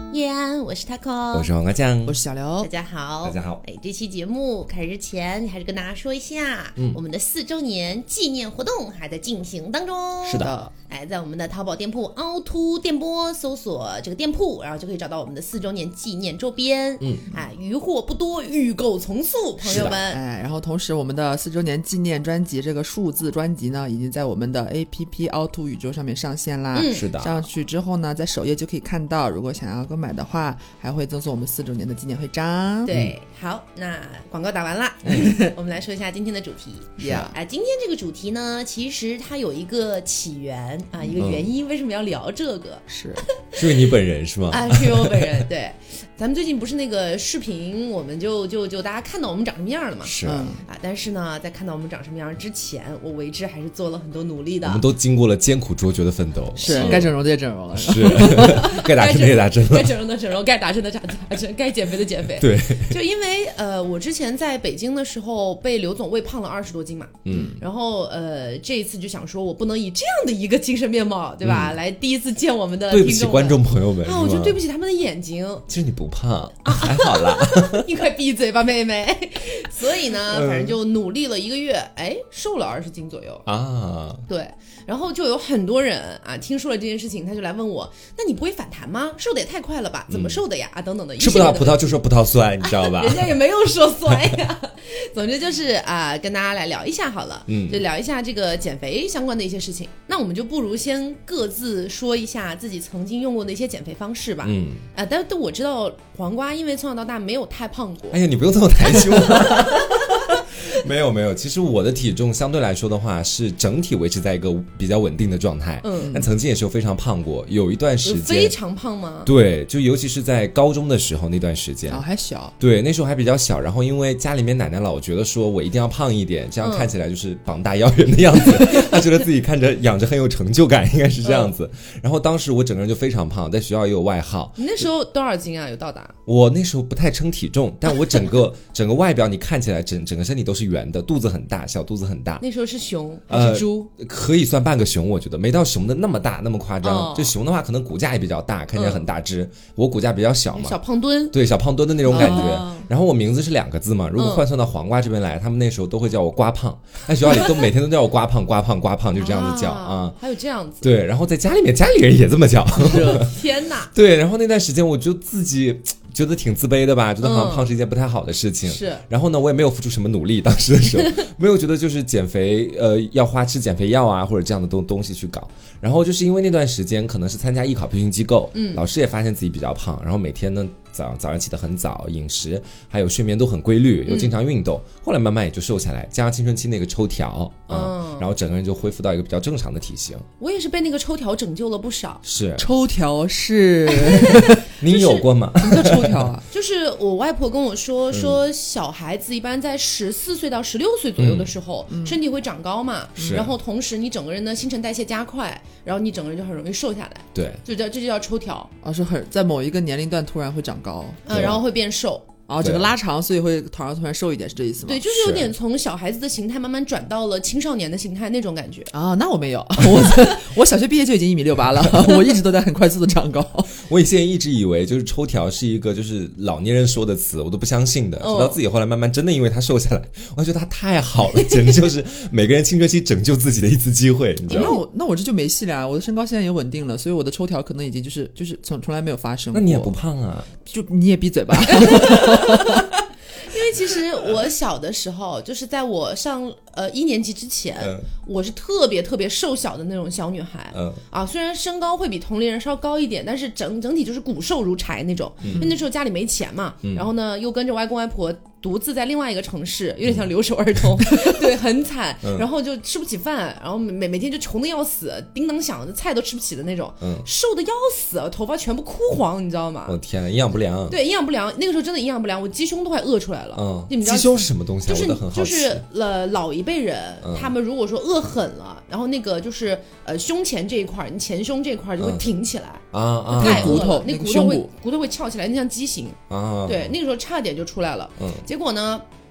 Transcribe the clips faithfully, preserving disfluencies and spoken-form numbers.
叶安，我是 Taco， 我是黄瓜酱， 我是小刘。 大家好， 大家好。 哎，这期节目开始之前，还是跟大家说一下，嗯，我们的四周年纪念活动还在进行当中。 是的， 哎，在我们的淘宝店铺凹凸电波搜索这个店铺，然后就可以找到我们的四周年纪念周边。嗯，哎，余货不多，预购从速，朋友们。 哎，然后同时我们的四周年纪念专辑这个数字专辑呢，已经在我们的 A P P 凹凸宇宙上面上线啦。 嗯， 是的。 上去之后呢，在首页就可以看到，如果想要购买的话，还会赠送我们四周年的纪念徽章。 对，嗯、好，那广告打完了，我们来说一下今天的主题。 Yeah. 哎，今天这个主题呢，其实它有一个起源啊，一个原因，嗯、为什么要聊这个？ 是， 是因为你本人是吗？ 啊，是因为我本人。对，咱们最近不是那个视频，我们就就就大家看到我们长什么样了嘛？ 是、 嗯、啊，但是呢，在看到我们长什么样之前，我为之还是做了很多努力的。 我们都经过了艰苦卓绝的奋斗， 是该整容的也整容了， 是该打针的也打针了， 该整容的整容，该打针的打针，该减肥的减肥。 对， 就因为呃，我之前在北京的时候被刘总喂胖了二十多斤嘛，嗯，然后呃，这一次就想说我不能以这样的一个精神面貌，对吧？嗯、来第一次见我们的听众， 对不起观众朋友们啊，我就对不起他们的眼睛。 其实你不胖，啊、还好啦。 你快闭嘴吧，妹妹。所以呢，反正就努力了一个月，哎，瘦了二十斤左右啊。对，然后就有很多人啊，听说了这件事情，他就来问我，那你不会反弹吗？瘦的也太快了吧？怎么瘦的呀？嗯、啊，等等的。 吃葡萄葡萄就说葡萄酸，你知道吧？ 啊、人家也没有说酸呀。总之就是啊，跟大家来聊一下好了，嗯，就聊一下这个减肥相关的一些事情。那我们就不如先各自说一下自己曾经用过的一些减肥方式吧。嗯，啊，但但我知道黄瓜因为从小到大没有太胖过。 哎呀，你不用这么抬胸。没有没有，其实我的体重相对来说的话是整体维持在一个比较稳定的状态，嗯，但曾经也是有非常胖过，有一段时间非常胖吗？ 对，就尤其是在高中的时候那段时间， 哦，还小， 对，那时候还比较小，然后因为家里面奶奶老觉得说我一定要胖一点，这样看起来就是膀大腰圆的样子，嗯、她觉得自己看着养着很有成就感，应该是这样子。嗯、然后当时我整个人就非常胖，在学校也有外号。 你那时候多少斤啊？有到达？ 我那时候不太称体重，但我整个整个外表你看起来整整个身体都是圆的，肚子很大，小肚子很大。 那时候是熊还是猪？ 呃、可以算半个熊，我觉得没到熊的那么大那么夸张。哦、就熊的话，可能骨架也比较大，看起来很大只。嗯、我骨架比较小嘛， 小胖墩。 对，小胖墩的那种感觉。哦、然后我名字是两个字嘛，如果换算到黄瓜这边来，嗯、他们那时候都会叫我瓜胖，在学校里都每天都叫我瓜胖瓜胖瓜胖，就这样子叫啊。 啊还有这样子。 对，然后在家里面，家里人也这么叫。 天哪！ 对，然后那段时间我就自己觉得挺自卑的吧，觉得好像胖是一件不太好的事情。是、嗯。然后呢，我也没有付出什么努力，当时的时候没有觉得就是减肥，呃，要花吃减肥药啊或者这样的东东西去搞。然后就是因为那段时间可能是参加艺考培训机构，嗯，老师也发现自己比较胖，然后每天呢早早上起得很早，饮食还有睡眠都很规律，又经常运动，嗯、后来慢慢也就瘦下来，加上青春期那个抽条啊、嗯，然后整个人就恢复到一个比较正常的体型。 我也是被那个抽条拯救了不少。 是抽条是你有过吗？ 什么叫抽条啊？ 就是我外婆跟我说，说小孩子一般在十四岁到十六岁左右的时候，嗯、身体会长高嘛，嗯、然后同时你整个人的新陈代谢加快，然后你整个人就很容易瘦下来。 对， 就叫这就叫抽条。 啊，是很在某一个年龄段突然会长高， 嗯，然后会变瘦。 然后整个拉长，所以会头上突然瘦一点，是这意思吗？ 对，就是有点从小孩子的形态慢慢转到了青少年的形态那种感觉啊。那我没有，我我小学毕业就已经一米六八了，我一直都在很快速的长高。 我以前一直以为就是抽条是一个就是老年人说的词，我都不相信的，直到自己后来慢慢真的因为他瘦下来，我觉得他太好了，简直就是每个人青春期拯救自己的一次机会，你知道吗？ 那我那我这就没戏了啊！我的身高现在也稳定了，所以我的抽条可能已经就是就是从从来没有发生过。 那你也不胖啊？ 就你也闭嘴吧。 因为其实我小的时候，就是在我上呃一年级之前，嗯、我是特别特别瘦小的那种小女孩，嗯、啊，虽然身高会比同龄人稍高一点，但是整整体就是骨瘦如柴那种。嗯、因为那时候家里没钱嘛，嗯、然后呢又跟着外公外婆独自在另外一个城市，有点像留守儿童，嗯、对，很惨，嗯、然后就吃不起饭，然后每每天就穷的要死，叮当响的菜都吃不起的那种，嗯、瘦的要死，头发全部枯黄，你知道吗？ 我、哦、天哪，营养不良。 对，营养不良，那个时候真的营养不良，我鸡胸都快饿出来了。嗯，你们知道鸡胸是什么东西啊？ 就是我都很好奇。 就是呃老一辈人，嗯、他们如果说饿狠了，然后那个就是呃胸前这一块，你前胸这一块就会挺起来， 嗯、啊啊， 太饿了， 骨头那骨头会骨头会翘起来，那像畸形啊。对，那个时候差点就出来了。嗯，结果呢？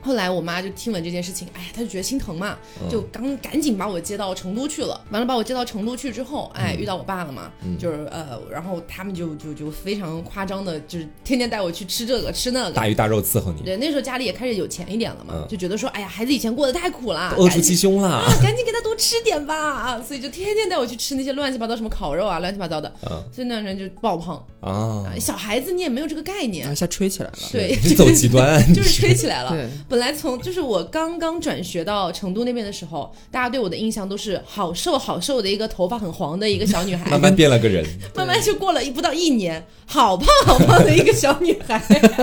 后来我妈就听闻这件事情，哎，她就觉得心疼嘛，就刚赶紧把我接到成都去了。完了把我接到成都去之后，哎，遇到我爸了嘛，嗯、就是呃，然后他们就就就非常夸张的，就是天天带我去吃这个吃那个， 大鱼大肉伺候你。 对，那时候家里也开始有钱一点了嘛，嗯、就觉得说，哎呀，孩子以前过得太苦了， 饿出鸡胸了， 啊，赶紧给他多吃点吧，啊，所以就天天带我去吃那些乱七八糟什么烤肉啊，乱七八糟的，嗯、所以那人就爆胖啊。小孩子你也没有这个概念， 一下吹起来了， 对， 你走极端， 就是吹起来了。 对， 本来从就是我刚刚转学到成都那边的时候，大家对我的印象都是好瘦好瘦的一个头发很黄的一个小女孩， 慢慢变了个人， 慢慢就过了一不到一年，好胖好胖的一个小女孩，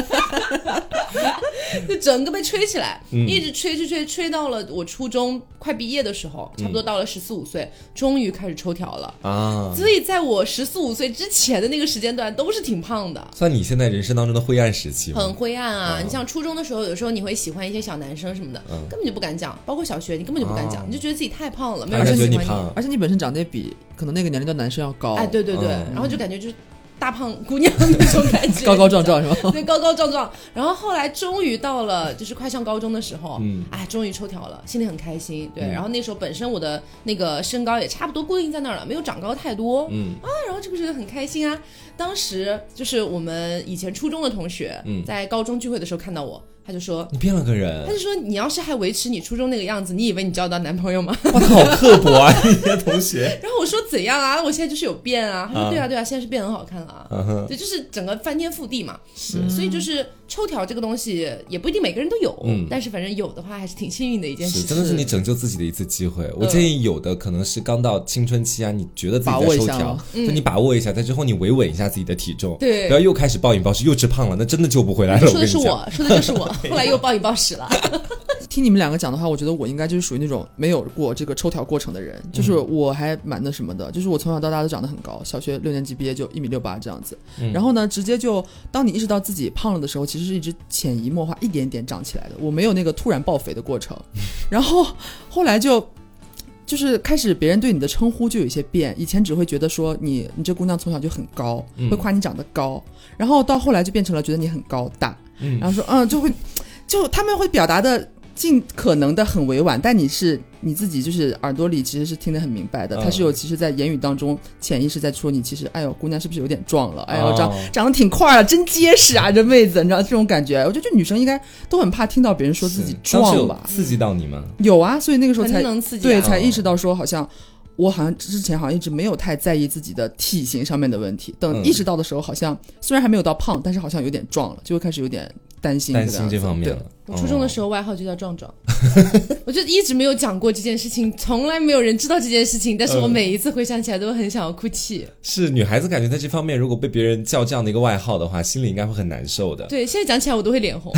就整个被吹起来，嗯、一直吹吹吹吹到了我初中快毕业的时候，差不多到了十四五岁，终于开始抽条了啊！所以在我十四五岁之前的那个时间段都是挺胖的， 算你现在人生当中的灰暗时期吗？ 很灰暗啊！啊你像初中的时候，有时候你会喜欢一些小男生什么的，嗯、根本就不敢讲，包括小学你根本就不敢讲，啊、你就觉得自己太胖了，没有人喜欢你， 胖而且你本身长得也比可能那个年龄的男生要高， 哎，对对对，嗯、然后就感觉就是。大胖姑娘那种感觉， 高高壮壮是吧？ 对，高高壮壮。然后后来终于到了，就是快上高中的时候，嗯，哎，终于抽条了，心里很开心。对，嗯、然后那时候本身我的那个身高也差不多固定在那儿了，没有长高太多，嗯啊，然后这个觉得很开心啊。当时就是我们以前初中的同学，嗯、在高中聚会的时候看到我。他就说你变了个人， 他就说你要是还维持你初中那个样子，你以为你交到男朋友吗？ 哇，他好刻薄啊，那些同学。 然后我说怎样啊？我现在就是有变啊。他说对啊对啊，现在是变很好看了啊。嗯、对，就是整个翻天覆地嘛。是，所以就是抽条这个东西也不一定每个人都有，嗯、但是反正有的话还是挺幸运的一件事情。 是，真的是你拯救自己的一次机会。我建议有的可能是刚到青春期啊，你觉得自己在抽条，就你把握一下，在之后你维稳一下自己的体重， 对， 不要又开始暴饮暴食又吃胖了，那真的救不回来了。 说的是我，说的就是我，后来又暴饮暴食。了听你们两个讲的话，我觉得我应该就是属于那种没有过这个抽条过程的人，就是我还蛮那什么的，就是我从小到大都长得很高，小学六年级毕业就一米六八这样子，嗯、然后呢，直接就当你意识到自己胖了的时候，其实是一直潜移默化一点点长起来的，我没有那个突然爆肥的过程，然后后来就。就是开始别人对你的称呼就有一些变，以前只会觉得说你你这姑娘从小就很高，嗯、会夸你长得高，然后到后来就变成了觉得你很高大，嗯、然后说嗯就会就他们会表达的尽可能的很委婉，但你是你自己就是耳朵里其实是听得很明白的，他是有其实在言语当中潜意识在说你其实哎呦姑娘是不是有点壮了，哎呦长长得挺块啊，真结实啊这妹子，你知道这种感觉，我觉得这女生应该都很怕听到别人说自己壮吧。 刺激到你吗？ 有啊，所以那个时候才能刺激、啊、 对才意识到说好像我好像之前好像一直没有太在意自己的体型上面的问题，等意识到的时候好像虽然还没有到胖，但是好像有点壮了，就会开始有点担心担心这方面了。 我初中的时候外号就叫壮壮，我就一直没有讲过这件事情，从来没有人知道这件事情，但是我每一次回想起来都很想要哭泣。 是女孩子感觉在这方面如果被别人叫这样的一个外号的话，心里应该会很难受的。 对，现在讲起来我都会脸红。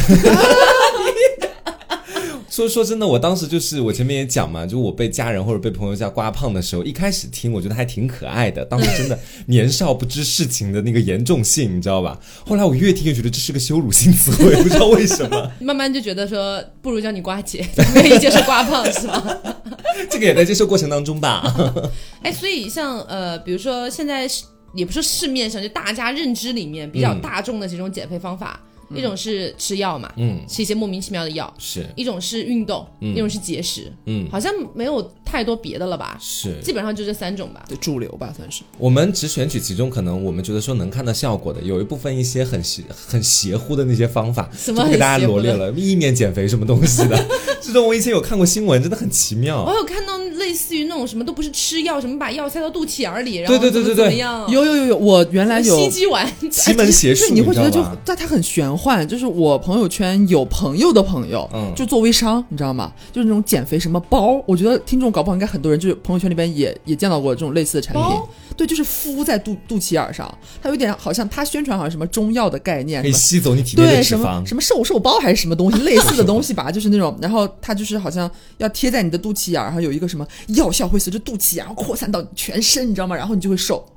说说真的，我当时就是我前面也讲嘛，就我被家人或者被朋友叫瓜胖的时候，一开始听我觉得还挺可爱的，当时真的年少不知事情的那个严重性，你知道吧？后来我越听越觉得这是个羞辱性词汇，不知道为什么。 慢慢就觉得说，不如叫你瓜姐，可以接受瓜胖是吗？ 这个也在接受过程当中吧。 哎，所以像呃，比如说现在也不是市面上就大家认知里面比较大众的这种减肥方法。嗯一种是吃药嘛，嗯，吃一些莫名其妙的药， 是一种是运动，嗯、一种是节食，嗯，好像没有太多别的了吧？ 是， 基本上就这三种吧， 对，主流吧算是。 我们只选取其中可能我们觉得说能看到效果的，有一部分一些很邪很邪乎的那些方法， 什么就给大家罗列了，意面减肥什么东西的，这种我以前有看过新闻，真的很奇妙。 我有看到类似于那种什么都不是吃药，什么把药塞到肚脐眼里，然后对对对对对， 怎么样？ 有有有有，我原来有吸鸡丸， 奇门邪术， 你会觉得就但它很玄幻，就是我。朋友圈有朋友的朋友，嗯，就做微商，你知道吗？就是那种减肥什么包，我觉得听众搞不好应该很多人就是朋友圈里边也也见到过这种类似的产品。对，就是敷在肚肚脐眼上，它有点好像它宣传好像什么中药的概念， 可以吸走你体内的脂肪， 对，什么什么瘦瘦包还是什么东西类似的东西吧，就是那种，然后它就是好像要贴在你的肚脐眼，然后有一个什么药效会随着肚脐眼扩散到全身，你知道吗？然后你就会瘦。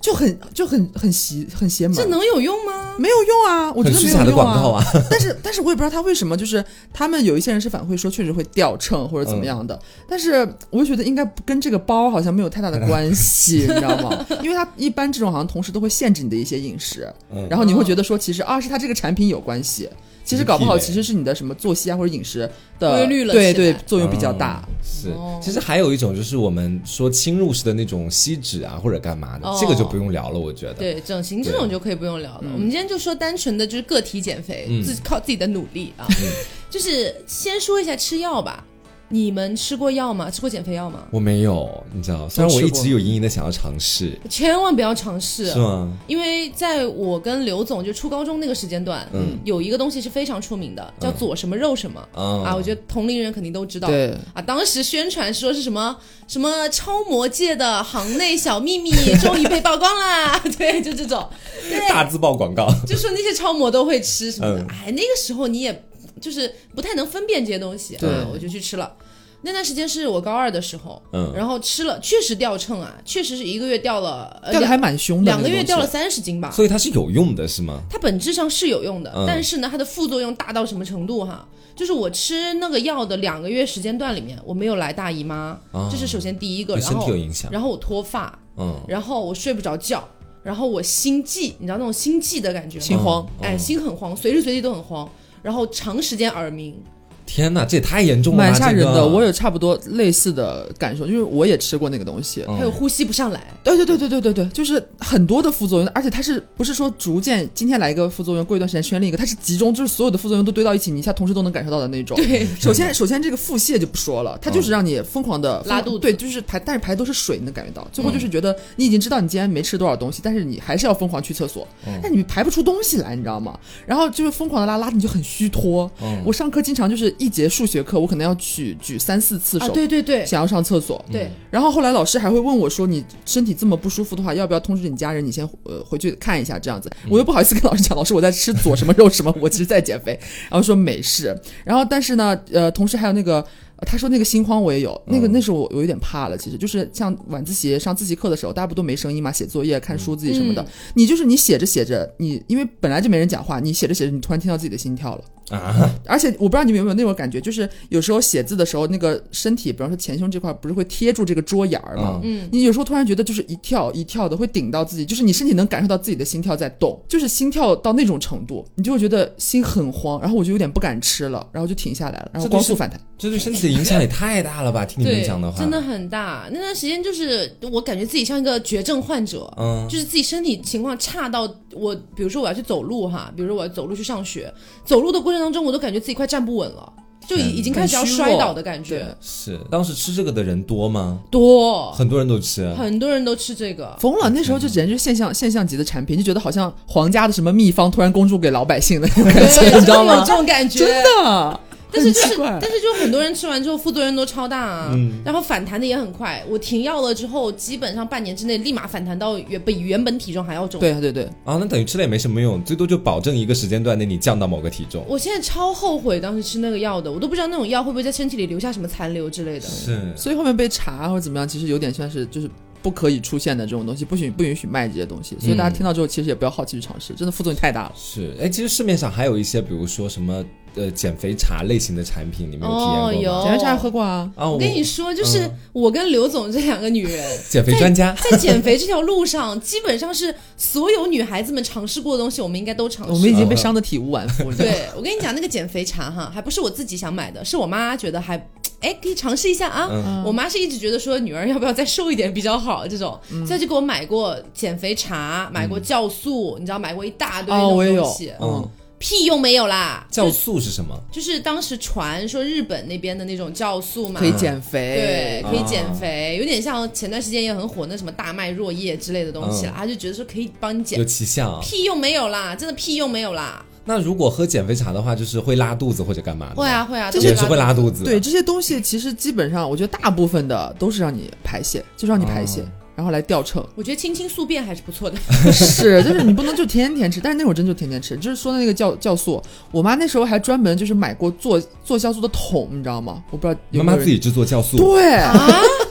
就很就很很邪很邪门。 这能有用吗？ 没有用啊，我觉得没有用啊。 很虚假的广告啊！ 但是但是我也不知道他为什么，就是他们有一些人是反馈说确实会掉秤或者怎么样的，嗯、但是我就觉得应该跟这个包好像没有太大的关系，你知道吗？因为他一般这种好像同时都会限制你的一些饮食，嗯、然后你会觉得说其实啊是他这个产品有关系。其实搞不好其实是你的什么作息啊或者饮食的规律了， 对对，作用比较大。 嗯、是，其实还有一种就是我们说侵入式的那种吸脂啊或者干嘛的，哦、这个就不用聊了，我觉得。 对，整形这种就可以不用聊了。我们今天就说单纯的就是个体减肥，嗯、自靠自己的努力啊。嗯、就是先说一下吃药吧。你们吃过药吗？吃过减肥药吗？ 我没有，你知道，虽然我一直有隐隐的想要尝试， 千万不要尝试， 是吗？ 因为在我跟刘总就初高中那个时间段，嗯，有一个东西是非常出名的，叫左什么肉什么、嗯、啊，我觉得同龄人肯定都知道， 对啊，当时宣传说是什么什么超模界的行内小秘密终于被曝光啦，对，就这种， 大字报广告， 就说那些超模都会吃什么的，嗯、哎，那个时候你也。就是不太能分辨这些东西，对、啊，我就去吃了。那段时间是我高二的时候，嗯，然后吃了，确实掉秤啊，确实是一个月掉了， 呃、掉的还蛮凶的， 两个月掉了三十斤吧。 所以它是有用的，是吗？ 它本质上是有用的，嗯、但是呢，它的副作用大到什么程度哈？就是我吃那个药的两个月时间段里面，我没有来大姨妈，啊、这是首先第一个， 对身体有影响。 然后我脱发，嗯，然后我睡不着觉。然后我心悸，你知道那种心悸的感觉吗？ 心慌， 哎，心很慌，随时随地都很慌，然后长时间耳鸣。 天哪，这也太严重了吧， 蛮吓人的、這個、我有差不多类似的感受，就是我也吃过那个东西， 还有呼吸不上来。 对对对对对对对，就是很多的副作用，而且它是不是说逐渐今天来一个副作用，过一段时间宣另一个，它是集中，就是所有的副作用都堆到一起，你一下同时都能感受到的那种。 对， 首先首先这个腹泻就不说了，它就是让你疯狂的拉肚子， 对，就是排，但是排都是水，你能感觉到，最后就是觉得你已经知道你今天没吃多少东西，但是你还是要疯狂去厕所，但、嗯、你排不出东西来，你知道吗？然后就是疯狂的拉，拉你就很虚脱。嗯、我上课经常就是一节数学课。我可能要举举三四次手、啊， 对对对， 想要上厕所， 对。 然后后来老师还会问我说：“你身体这么不舒服的话，要不要通知你家人？你先呃回去看一下这样子。嗯”我又不好意思跟老师讲，老师我在吃左什么肉什么，我其实在减肥。然后说没事。然后但是呢，呃，同时还有那个。他说那个心慌我也有，那个那时候我有一点怕了，其实就是像晚自习上自习课的时候，大家不都没声音嘛，写作业看书自己什么的、嗯、你就是你写着写着，你因为本来就没人讲话，你写着写着你突然听到自己的心跳了啊！而且我不知道你们有没有那种感觉，就是有时候写字的时候那个身体比方说前胸这块不是会贴住这个桌沿吗？嗯，你有时候突然觉得就是一跳一跳的会顶到自己，就是你身体能感受到自己的心跳在动，就是心跳到那种程度，你就会觉得心很慌，然后我就有点不敢吃了，然后就停下来了，然后光速反弹。 这对身体的影响也太大了吧，听你们讲的话真的很大。那段时间就是我感觉自己像一个绝症患者，嗯，就是自己身体情况差到我比如说我要去走路哈，比如说我要走路去上学，走路的过程当中我都感觉自己快站不稳了，就已经开始要摔倒的感觉。 是当时吃这个的人多吗？ 多， 很多人都吃， 很多人都吃这个， 疯了。那时候就简直是现象现象级的产品，就觉得好像皇家的什么秘方突然公诸给老百姓的那种感觉，你知道吗？ 有这种感觉， 真的。 但是就是，但是就很多人吃完之后副作用都超大啊，嗯、然后反弹的也很快。我停药了之后，基本上半年之内立马反弹到原比原本体重还要重。 对对对， 啊，那等于吃了也没什么用，最多就保证一个时间段内你降到某个体重。 我现在超后悔当时吃那个药的，我都不知道那种药会不会在身体里留下什么残留之类的。 是， 所以后面被查或者怎么样，其实有点像是就是。不可以出现的这种东西，不许不允许卖这些东西，所以大家听到之后其实也不要好奇去尝试，真的副作用太大了。 是，哎，其实市面上还有一些，比如说什么呃减肥茶类型的产品，你们有体验过吗？ 哦，有减肥茶喝过啊。 啊， 我跟你说，就是我跟刘总这两个女人， 减肥专家， 在减肥这条路上，基本上是所有女孩子们尝试过的东西，我们应该都尝试。 我们已经被伤得体无完肤。 对，我跟你讲，那个减肥茶哈，还不是我自己想买的，是我妈觉得还。哎，可以尝试一下啊！嗯、我妈是一直觉得说女儿要不要再瘦一点比较好，这种，嗯、所以就给我买过减肥茶，买过酵素，嗯、你知道买过一大堆那种东西， 哦、嗯， 屁用没有啦！ 酵素是什么？ 就是当时传说日本那边的那种酵素嘛， 可以减肥， 对，可以减肥，啊、有点像前段时间也很火那什么大麦若叶之类的东西啦，他、嗯、就觉得说可以帮你减， 有奇效、啊， 屁用没有啦，真的屁用没有啦。 那如果喝减肥茶的话，就是会拉肚子或者干嘛的？ 会啊会啊， 这些是会拉肚子。 对，这些东西其实基本上，我觉得大部分的都是让你排泄，就是让你排泄。哦，然后来掉秤。 我觉得清清宿便还是不错的。 是，就是你不能就天天吃，但是那会儿真就天天吃。就是说的那个酵酵素，我妈那时候还专门就是买过做做酵素的桶，你知道吗？我不知道有没有妈妈自己制作酵素。 对啊，她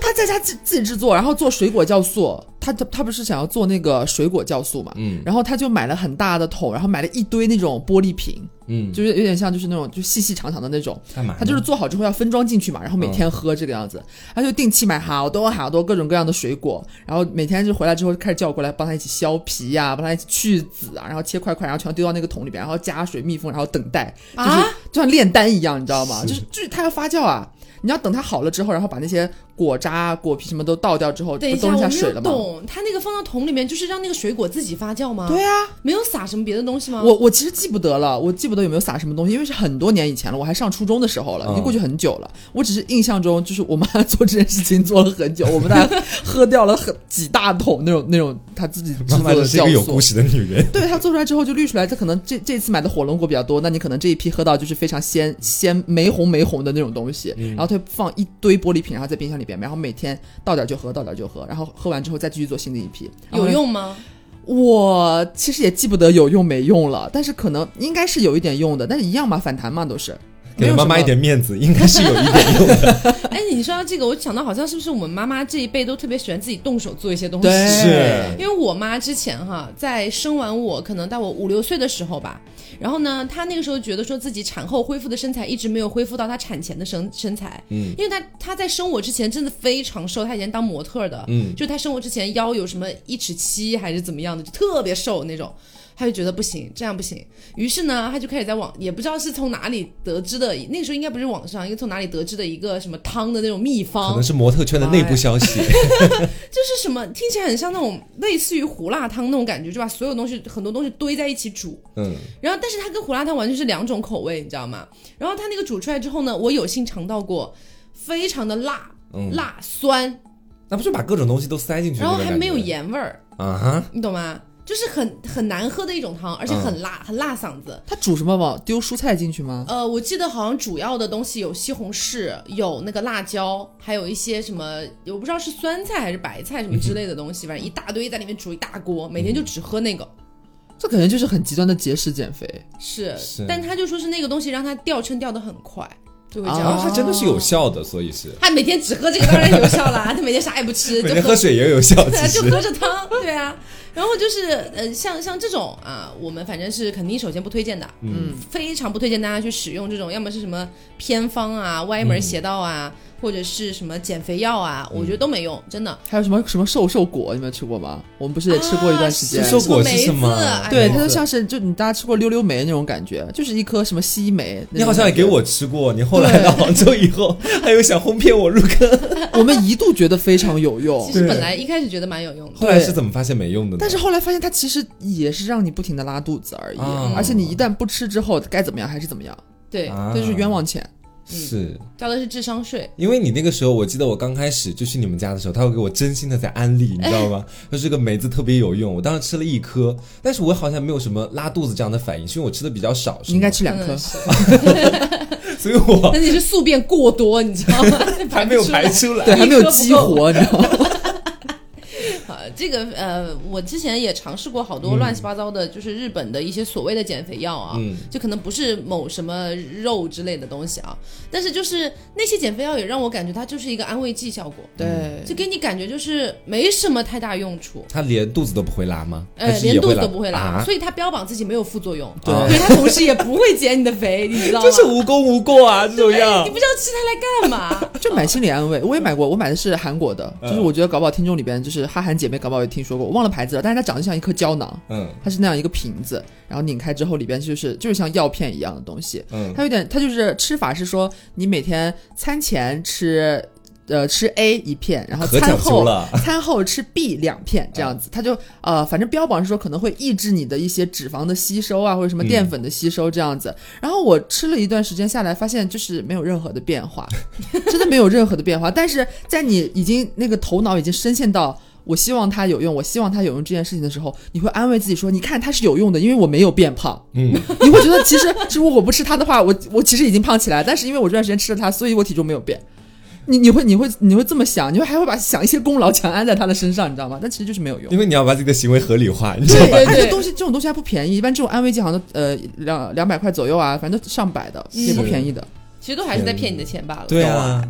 他在家自自己制作，然后做水果酵素。他他他不是想要做那个水果酵素嘛？嗯，然后他就买了很大的桶，然后买了一堆那种玻璃瓶，嗯，就是有点像就是那种就细细长长的那种。 干嘛？ 他就是做好之后要分装进去嘛，然后每天喝这个样子。嗯、他就定期买好多好多各种各样的水果，然后每天就回来之后开始叫我过来帮他一起削皮呀、啊，帮他一起去籽啊，然后切块块，然后全丢到那个桶里边，然后加水密封，然后等待，就是就像炼丹一样，你知道吗？就是就是他要发酵啊。你要等它好了之后，然后把那些果渣、果皮什么都倒掉之后， 等一下， 都扔下水了吗？ 我没有懂，它那个放到桶里面，就是让那个水果自己发酵吗？ 对啊， 没有撒什么别的东西吗？ 我我其实记不得了，我记不得有没有撒什么东西，因为是很多年以前了，我还上初中的时候了，已经过去很久了。我只是印象中，就是我妈做这件事情做了很久，我们大家喝掉了很几大桶那种那种她自己制作的酵素。妈妈是一个有故事的女人。 对，她做出来之后就滤出来，她可能这这次买的火龙果比较多，那你可能这一批喝到就是非常鲜鲜玫红玫红的那种东西，嗯、然后她放一堆玻璃瓶，然后在冰箱里边，然后每天倒点就喝，倒点就喝，然后喝完之后再继续做新的一批。 有用吗？ 我其实也记不得有用没用了，但是可能应该是有一点用的，但是一样嘛，反弹嘛都是。 给妈妈一点面子，应该是有一点用的。 哎，你说到这个，我想到好像是不是我们妈妈这一辈都特别喜欢自己动手做一些东西？ 对， 是因为我妈之前哈，在生完我可能到我五六岁的时候吧，然后呢，她那个时候觉得说自己产后恢复的身材一直没有恢复到她产前的身身材，嗯，因为她她在生我之前真的非常瘦，她以前当模特的，嗯，就她生我之前腰有什么一尺七还是怎么样的，就特别瘦那种。他就觉得不行，这样不行，于是呢，他就开始在网，也不知道是从哪里得知的，那个时候应该不是网上，应该从哪里得知的一个什么汤的那种秘方， 可能是模特圈的内部消息， 就是什么听起来很像那种类似于胡辣汤那种感觉，就把所有东西很多东西堆在一起煮，嗯，然后但是它跟胡辣汤完全是两种口味，你知道吗？然后它那个煮出来之后呢，我有幸尝到过，非常的辣，嗯、辣酸， 那不就把各种东西都塞进去， 然后还没有盐味儿啊哈， 你懂吗？就是很很难喝的一种汤，而且很辣，嗯、很辣嗓子。 它煮什么吗？丢蔬菜进去吗？ 呃，我记得好像主要的东西有西红柿，有那个辣椒，还有一些什么，我不知道是酸菜还是白菜什么之类的东西，反正一大堆在里面煮一大锅，每天就只喝那个。 这可能就是很极端的节食减肥。 是，是但他就说是那个东西让他掉称掉得很快。就会这样， 啊，它真的是有效的，所以是。 他每天只喝这个当然有效啦，他每天啥也不吃， 每天喝水也有效， 对，就喝着汤，对啊。然后就是呃，像像这种啊，我们反正是肯定首先不推荐的，嗯，非常不推荐大家去使用这种，要么是什么偏方啊、歪门邪道啊。嗯或者是什么减肥药啊，我觉得都没用，真的。 还有什么什么瘦瘦果，你们有吃过吗？我们不是也吃过一段时间。 瘦、啊、果是什么？ 对，它就像是就你大家吃过溜溜梅那种感觉，就是一颗什么西梅。 你好像也给我吃过，你后来到杭州以后还有想哄骗我入坑。 我们一度觉得非常有用， 其实本来一开始觉得蛮有用的， 后来是怎么发现没用的呢？ 但是后来发现它其实也是让你不停的拉肚子而已，啊、而且你一旦不吃之后该怎么样还是怎么样。 对， 啊、这就是冤枉钱。 是交的是智商税， 因为你那个时候，我记得我刚开始就去你们家的时候，他会给我真心的在安利，你知道吗？说这个梅子特别有用，我当时吃了一颗，但是我好像没有什么拉肚子这样的反应，是因为我吃的比较少， 你应该吃两颗， 所以我那你是宿便过多，你知道吗？ 还没有排出来， 对，还没有激活，你知道吗？ 这个呃，我之前也尝试过好多乱七八糟的，嗯、就是日本的一些所谓的减肥药啊，嗯、就可能不是某什么肉之类的东西啊，但是就是那些减肥药也让我感觉它就是一个安慰剂效果， 对， 就给你感觉就是没什么太大用处。 它连肚子都不会拉吗？ 呃，连肚子都不会拉，啊、所以它标榜自己没有副作用， 对， 所以它同时也不会减你的肥，你知道吗？ 就是无功无过啊，这种药， 你不知道吃它来干嘛？ 就买心理安慰，我也买过，我买的是韩国的，嗯、就是我觉得搞不好听众里边就是哈韩姐妹搞不好也听说过，我忘了牌子了，但是它长得像一颗胶囊，嗯，它是那样一个瓶子，然后拧开之后里边就是就是像药片一样的东西，嗯，它有点，它就是吃法是说你每天餐前吃。呃，吃 A 一片，然后餐后餐后吃 B 两片，这样子，它就呃，反正标榜是说可能会抑制你的一些脂肪的吸收啊，或者什么淀粉的吸收这样子。嗯、然后我吃了一段时间下来，发现就是没有任何的变化，真的没有任何的变化。但是在你已经那个头脑已经深陷到我希望它有用，我希望它有用这件事情的时候，你会安慰自己说，你看它是有用的，因为我没有变胖。嗯，你会觉得其实如果我不吃它的话，我我其实已经胖起来，但是因为我这段时间吃了它，所以我体重没有变。你你会你会你会这么想，你会还会把想一些功劳强安在他的身上，你知道吗？但其实就是没有用， 因为你要把自己的行为合理化，你知道吗？ 对对对，这东西这种东西还不便宜，一般这种安慰剂好像呃两两百块左右啊，反正都上百的，也不便宜的。 其实都还是在骗你的钱罢了。 对啊。 嗯，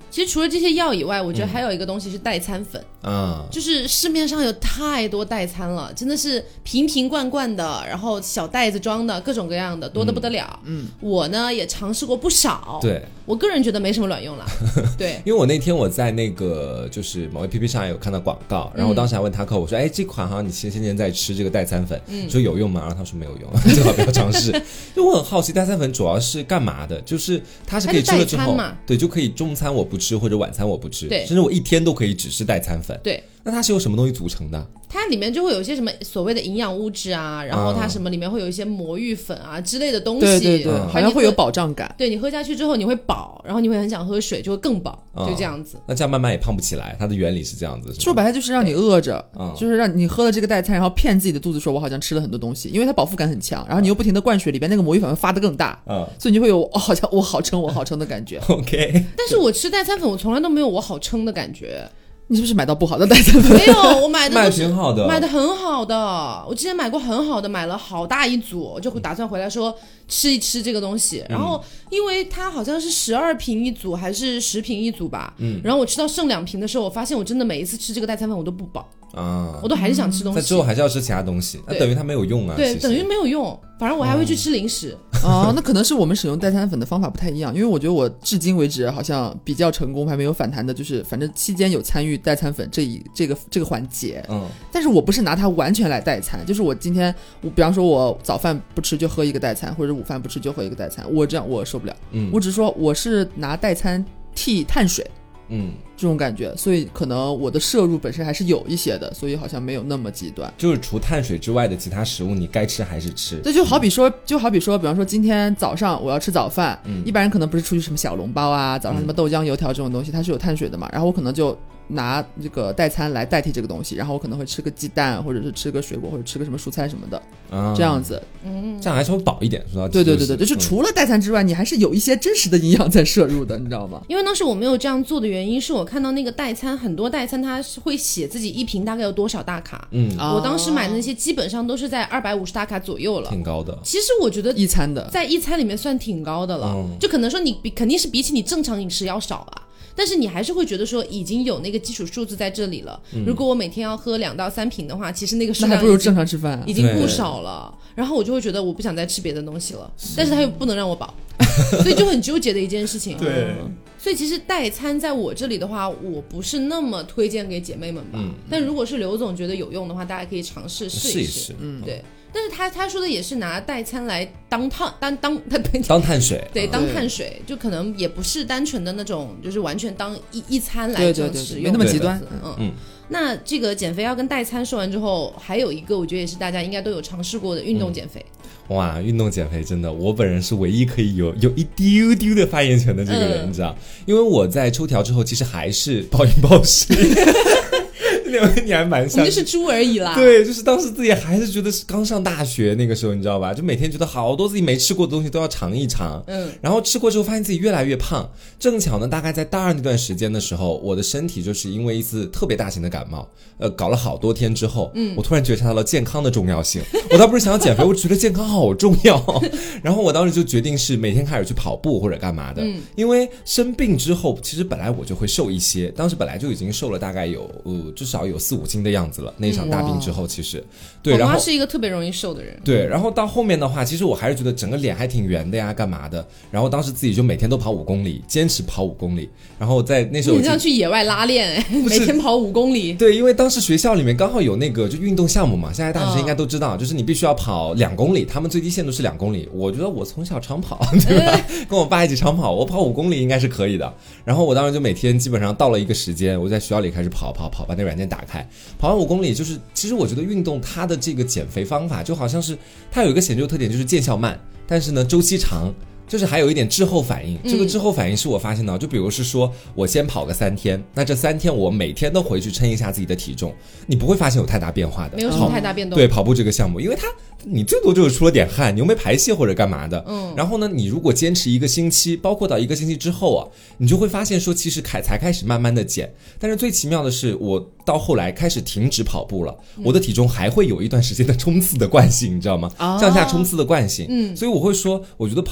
其实除了这些药以外，我觉得还有一个东西是代餐粉啊、嗯，就是市面上有太多代餐了，真的是瓶瓶罐罐的，然后小袋子装的，各种各样的，多得不得了。嗯，我呢也尝试过不少， 对， 我个人觉得没什么卵用了。对， 因为我那天我在那个就是某 A P P 上有看到广告，然后我当时还问他客，我说，哎，这款好像你前些年在吃这个代餐粉，嗯、说有用吗？然后他说没有用，最好不要尝试。就我很好奇，代餐粉主要是干嘛的？就是它是可以吃了之后，对，就可以中餐我不吃或者晚餐我不吃， 对， 甚至我一天都可以只吃代餐粉。 对， 那它是由什么东西组成的？ 它里面就会有一些什么所谓的营养物质啊，然后它什么里面会有一些魔芋粉啊之类的东西， 对对对，好像会有饱胀感。 对，你喝下去之后你会饱，然后你会很想喝水，就会更饱，就这样子。 那这样慢慢也胖不起来，它的原理是这样子。 说白了就是让你饿着，就是让你喝了这个代餐，然后骗自己的肚子说我好像吃了很多东西，因为它饱腹感很强，然后你又不停的灌水，里边那个魔芋粉会发得更大，嗯，所以你就会有哦，好像我好撑，我好撑的感觉。 OK， 但是我吃代餐粉，我从来都没有我好撑的感觉。 你是不是买到不好的代餐粉？ 没有，我买的买的挺好的， 买的很好的。我之前买过很好的，买了好大一组，就打算回来说吃一吃这个东西。然后因为它好像是十二瓶一组还是十瓶一组吧，嗯，然后我吃到剩两瓶的时候，我发现我真的每一次吃这个代餐粉我都不饱啊，我都还是想吃东西。 那之后还是要吃其他东西，那等于它没有用啊。 对，等于没有用。反正我还会去吃零食。 哦，那可能是我们使用代餐粉的方法不太一样，因为我觉得我至今为止好像比较成功，还没有反弹的，就是反正期间有参与代餐粉这一这个这个环节。嗯，但是我不是拿它完全来代餐，就是我今天我比方说我早饭不吃就喝一个代餐，或者午饭不吃就喝一个代餐，我这样我受不了。嗯，我只是说我是拿代餐替碳水。嗯，这种感觉，所以可能我的摄入本身还是有一些的，所以好像没有那么极端。 就是除碳水之外的其他食物，你该吃还是吃。 对，就好比说，就好比说，比方说今天早上我要吃早饭，嗯，一般人可能不是出去什么小笼包啊，早上什么豆浆油条这种东西，它是有碳水的嘛，然后我可能就拿这个代餐来代替这个东西，然后我可能会吃个鸡蛋，或者是吃个水果，或者吃个什么蔬菜什么的，啊、这样子， 嗯，这样还稍微饱一点，说到对对对对，就是除了代餐之外，嗯、你还是有一些真实的营养在摄入的，你知道吗？ 因为当时我没有这样做的原因是我看到那个代餐，很多代餐它是会写自己一瓶大概有多少大卡，嗯，我当时买的那些基本上都是在二百五十大卡左右了， 挺高的。 其实我觉得一餐的在一餐里面算挺高的了，嗯、就可能说你比肯定是比起你正常饮食要少啊。但是你还是会觉得说已经有那个基础数字在这里了、嗯、如果我每天要喝两到三瓶的话，其实那个数量那还不如正常吃饭、啊、 已经不少了，然后我就会觉得我不想再吃别的东西了，但是它又不能让我饱所以就很纠结的一件事情。 对、 嗯，所以其实代餐在我这里的话我不是那么推荐给姐妹们吧、嗯、但如果是刘总觉得有用的话，大家可以尝试试一试。嗯，对。但是他他说的也是拿代餐来当碳当当当碳水， 对，当碳水，就可能也不是单纯的那种，就是完全当一一餐来这样使用， 没那么极端。 嗯嗯。那这个减肥药跟代餐说完之后，还有一个我觉得也是大家应该都有尝试过的运动减肥。 嗯、哇，运动减肥真的，我本人是唯一可以有有一丢丢的发言权的这个人，嗯、你知道？因为我在抽条之后，其实还是暴饮暴食。你还蛮像， 我们就是猪而已啦。 对，就是当时自己还是觉得是刚上大学那个时候，你知道吧？就每天觉得好多自己没吃过的东西都要尝一尝。嗯，然后吃过之后发现自己越来越胖。正巧呢，大概在大二那段时间的时候，我的身体就是因为一次特别大型的感冒，呃，搞了好多天之后，嗯，我突然觉察到了健康的重要性。我倒不是想要减肥，我只觉得健康好重要。然后我当时就决定是每天开始去跑步或者干嘛的。嗯，因为生病之后，其实本来我就会瘦一些，当时本来就已经瘦了大概有呃至少有四五斤的样子了。那一场大病之后，其实、嗯、对，然后我妈是一个特别容易瘦的人。 对，然后到后面的话，其实我还是觉得整个脸还挺圆的呀，干嘛的？然后当时自己就每天都跑五公里，坚持跑五公里。然后在那时候， 你像去野外拉练哎，每天跑五公里。 对，因为当时学校里面刚好有那个就运动项目嘛，现在大学生应该都知道，哦、就是你必须要跑两公里，他们最低限度是两公里。我觉得我从小长跑，对吧？嗯、跟我爸一起长跑，我跑五公里应该是可以的。然后我当时就每天基本上到了一个时间，我在学校里开始跑跑跑，把那软件打开，跑完五公里。就是其实我觉得运动它的这个减肥方法就好像是它有一个显著特点，就是见效慢，但是呢周期长，就是还有一点滞后反应。这个滞后反应是我发现到，就比如是说我先跑个三天，那这三天我每天都回去称一下自己的体重，你不会发现有太大变化的， 没有什么太大变动。 对，跑步这个项目，因为它你最多就是出了点汗，你又没排泄或者干嘛的。嗯。然后呢，你如果坚持一个星期，包括到一个星期之后啊，你就会发现说，其实凯才开始慢慢的减。但是最奇妙的是，我到后来开始停止跑步了，嗯、我的体重还会有一段时间的冲刺的惯性，你知道吗？哦、向下冲刺的惯性。嗯。所以我会说，我觉得跑步和运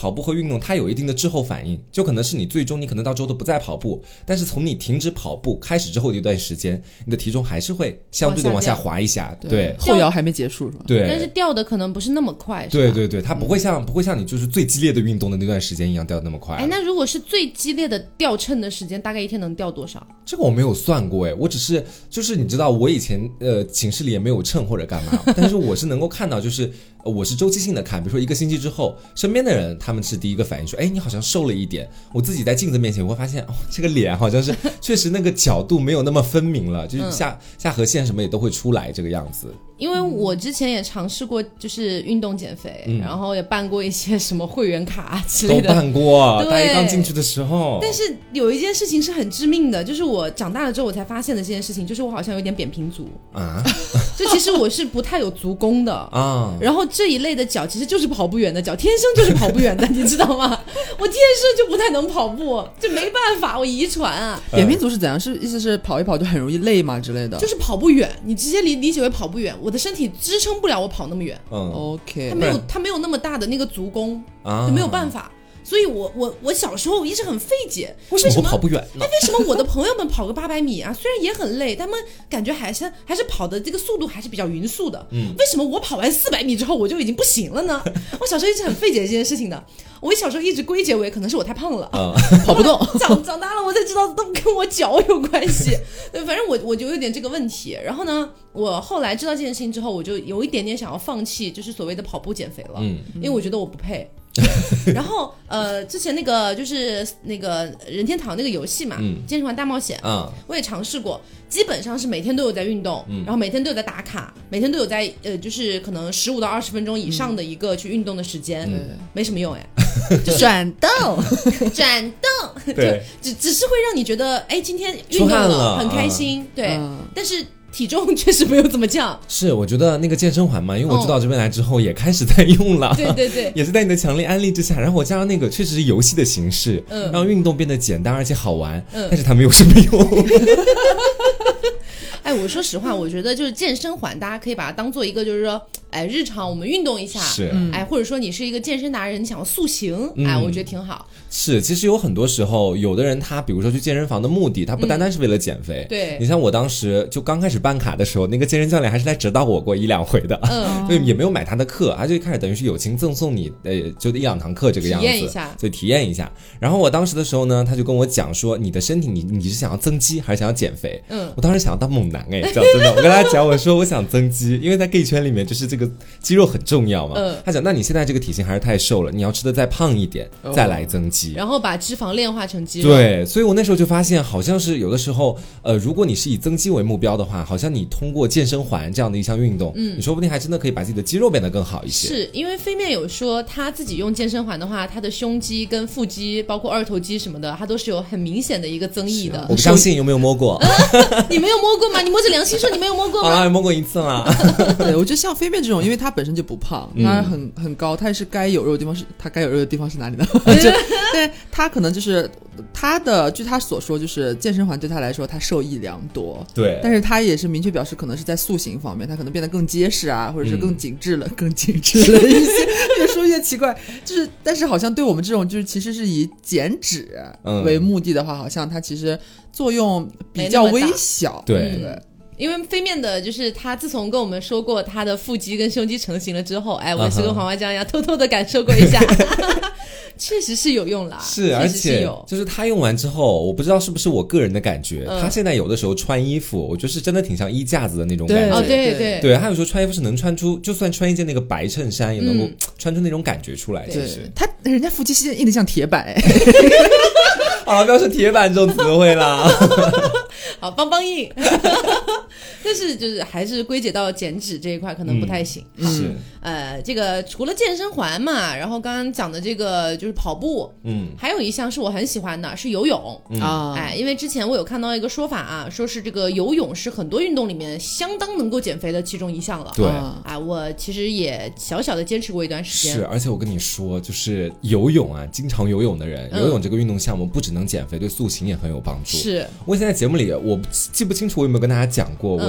运动它有一定的滞后反应，就可能是你最终你可能到之后都不再跑步，但是从你停止跑步开始之后的一段时间，你的体重还是会相对的往下滑一下，对，对后摇还没结束是吧？ 对， 但是掉的可能不是那么快，是吧？ 对对对，它不会像、嗯、不会像你就是最激烈的运动的那段时间一样掉的那么快。 哎，那如果是最激烈的掉秤的时间，大概一天能掉多少？ 这个我没有算过哎，我只是就是你知道我以前呃寝室里也没有秤或者干嘛，但是我是能够看到就是。我是周期性的看，比如说一个星期之后，身边的人他们是第一个反应说，哎，你好像瘦了一点。我自己在镜子面前我会发现，哦，这个脸好像是确实那个角度没有那么分明了，就是下、嗯、下颌线什么也都会出来这个样子。 因为我之前也尝试过，就是运动减肥、嗯，然后也办过一些什么会员卡之类的， 都办过。大一刚进去的时候， 但是有一件事情是很致命的，就是我长大了之后我才发现的这件事情，就是我好像有点扁平足啊。就其实我是不太有足弓的啊，然后这一类的脚其实就是跑不远的脚，天生就是跑不远的，你知道吗？我天生就不太能跑步，就没办法，我遗传啊。 扁平足是怎样？是意思是跑一跑就很容易累吗之类的？ 就是跑不远，你直接理理解为跑不远。我的身体支撑不了我跑那么远，嗯 ，OK， 它没有它没有那么大的那个足弓，啊、就没有办法。所以我我我小时候一直很费解， 为什么我跑不远呢？ 哎，为什么我的朋友们跑个八百米啊，虽然也很累，他们感觉还是还是跑的这个速度还是比较匀速的。嗯，为什么我跑完四百米之后我就已经不行了呢？我小时候一直很费解这件事情的。我小时候一直归结为可能是我太胖了，嗯、 跑不动。 长长大了我才知道都跟我脚有关系。对，反正我我就有点这个问题。然后呢，我后来知道这件事情之后，我就有一点点想要放弃，就是所谓的跑步减肥了。嗯，因为我觉得我不配。然后呃，之前那个就是那个任天堂那个游戏嘛，嗯、健身环大冒险，嗯，我也尝试过，基本上是每天都有在运动，嗯、然后每天都有在打卡，每天都有在呃，就是可能十五到二十分钟以上的一个去运动的时间，嗯、没什么用哎，就转动，转动，对，只只是会让你觉得哎，今天运动了很开心，嗯、对，嗯、但是。体重确实没有怎么降， 是我觉得那个健身环嘛，因为我知道这边来之后也开始在用了， 哦、对对对， 也是在你的强烈安利之下，然后我加上那个确实是游戏的形式，嗯，让运动变得简单而且好玩，嗯，但是它没有什么用。 哎，我说实话，我觉得就是健身环，大家可以把它当做一个，就是说，哎，日常我们运动一下， 是， 哎，或者说你是一个健身达人，你想要塑形，嗯、哎，我觉得挺好。 是，其实有很多时候，有的人他比如说去健身房的目的，他不单单是为了减肥。 嗯、对， 你像我当时就刚开始办卡的时候，那个健身教练还是来指导我过一两回的，嗯，所以也没有买他的课，他就一开始等于是友情赠送你，呃，就一两堂课这个样子，体验一下，所以体验一下。然后我当时的时候呢，他就跟我讲说，你的身体你你是想要增肌还是想要减肥？嗯，我当时想要当猛男哎，讲真的，我跟他讲，我说我想增肌，因为在 gay 圈里面就是这个肌肉很重要嘛。嗯，他讲，那你现在这个体型还是太瘦了，你要吃的再胖一点，哦、再来增肌， 然后把脂肪炼化成肌肉。 对，所以我那时候就发现，好像是有的时候，呃，如果你是以增肌为目标的话，好像你通过健身环这样的一项运动，嗯，你说不定还真的可以把自己的肌肉变得更好一些。 是因为飞面有说他自己用健身环的话，他的胸肌跟腹肌，包括二头肌什么的，他都是有很明显的一个增益的。 我不相信，有没有摸过？ 呃、你没有摸过吗？你摸着良心说你没有摸过吗？ 好啦，摸过一次啦。 对，我觉得像飞面这种，因为他本身就不胖，他很很高，他也是该有肉的地方是，他该有肉的地方是哪里呢？就对他可能就是他的，据他所说，就是健身环对他来说，他受益良多。 对， 但是他也是明确表示，可能是在塑形方面，他可能变得更结实啊，或者是更紧致了，嗯、更紧致了一些。越说越奇怪，就是，但是好像对我们这种就是其实是以减脂为目的的话，嗯、好像它其实作用比较微小。 对。 对嗯因为飞面的就是他自从跟我们说过他的腹肌跟胸肌成型了之后，哎，我是跟黄花酱一样偷偷的感受过一下，确实是有用啦。 是，而且就是他用完之后，我不知道是不是我个人的感觉，嗯、他现在有的时候穿衣服，我觉得是真的挺像衣架子的那种感觉。 哦，对对对，他有时候穿衣服是能穿出，就算穿一件那个白衬衫，也能够穿出那种感觉出来。其实他人家腹肌是硬的像铁板哎。 好了，不要说铁板这种词汇啦。 好，邦邦硬。但是就是还是归结到减脂这一块可能不太行。 嗯、是， 呃，这个除了健身环嘛，然后刚刚讲的这个就是跑步，嗯，还有一项是我很喜欢的，是游泳啊、嗯。哎，因为之前我有看到一个说法啊，说是这个游泳是很多运动里面相当能够减肥的其中一项了。 对， 啊，我其实也小小的坚持过一段时间。 是，而且我跟你说，就是游泳啊，经常游泳的人，嗯、游泳这个运动项目不只能减肥，对塑形也很有帮助。 是， 我现在节目里我记不清楚我有没有跟大家讲过，嗯、我的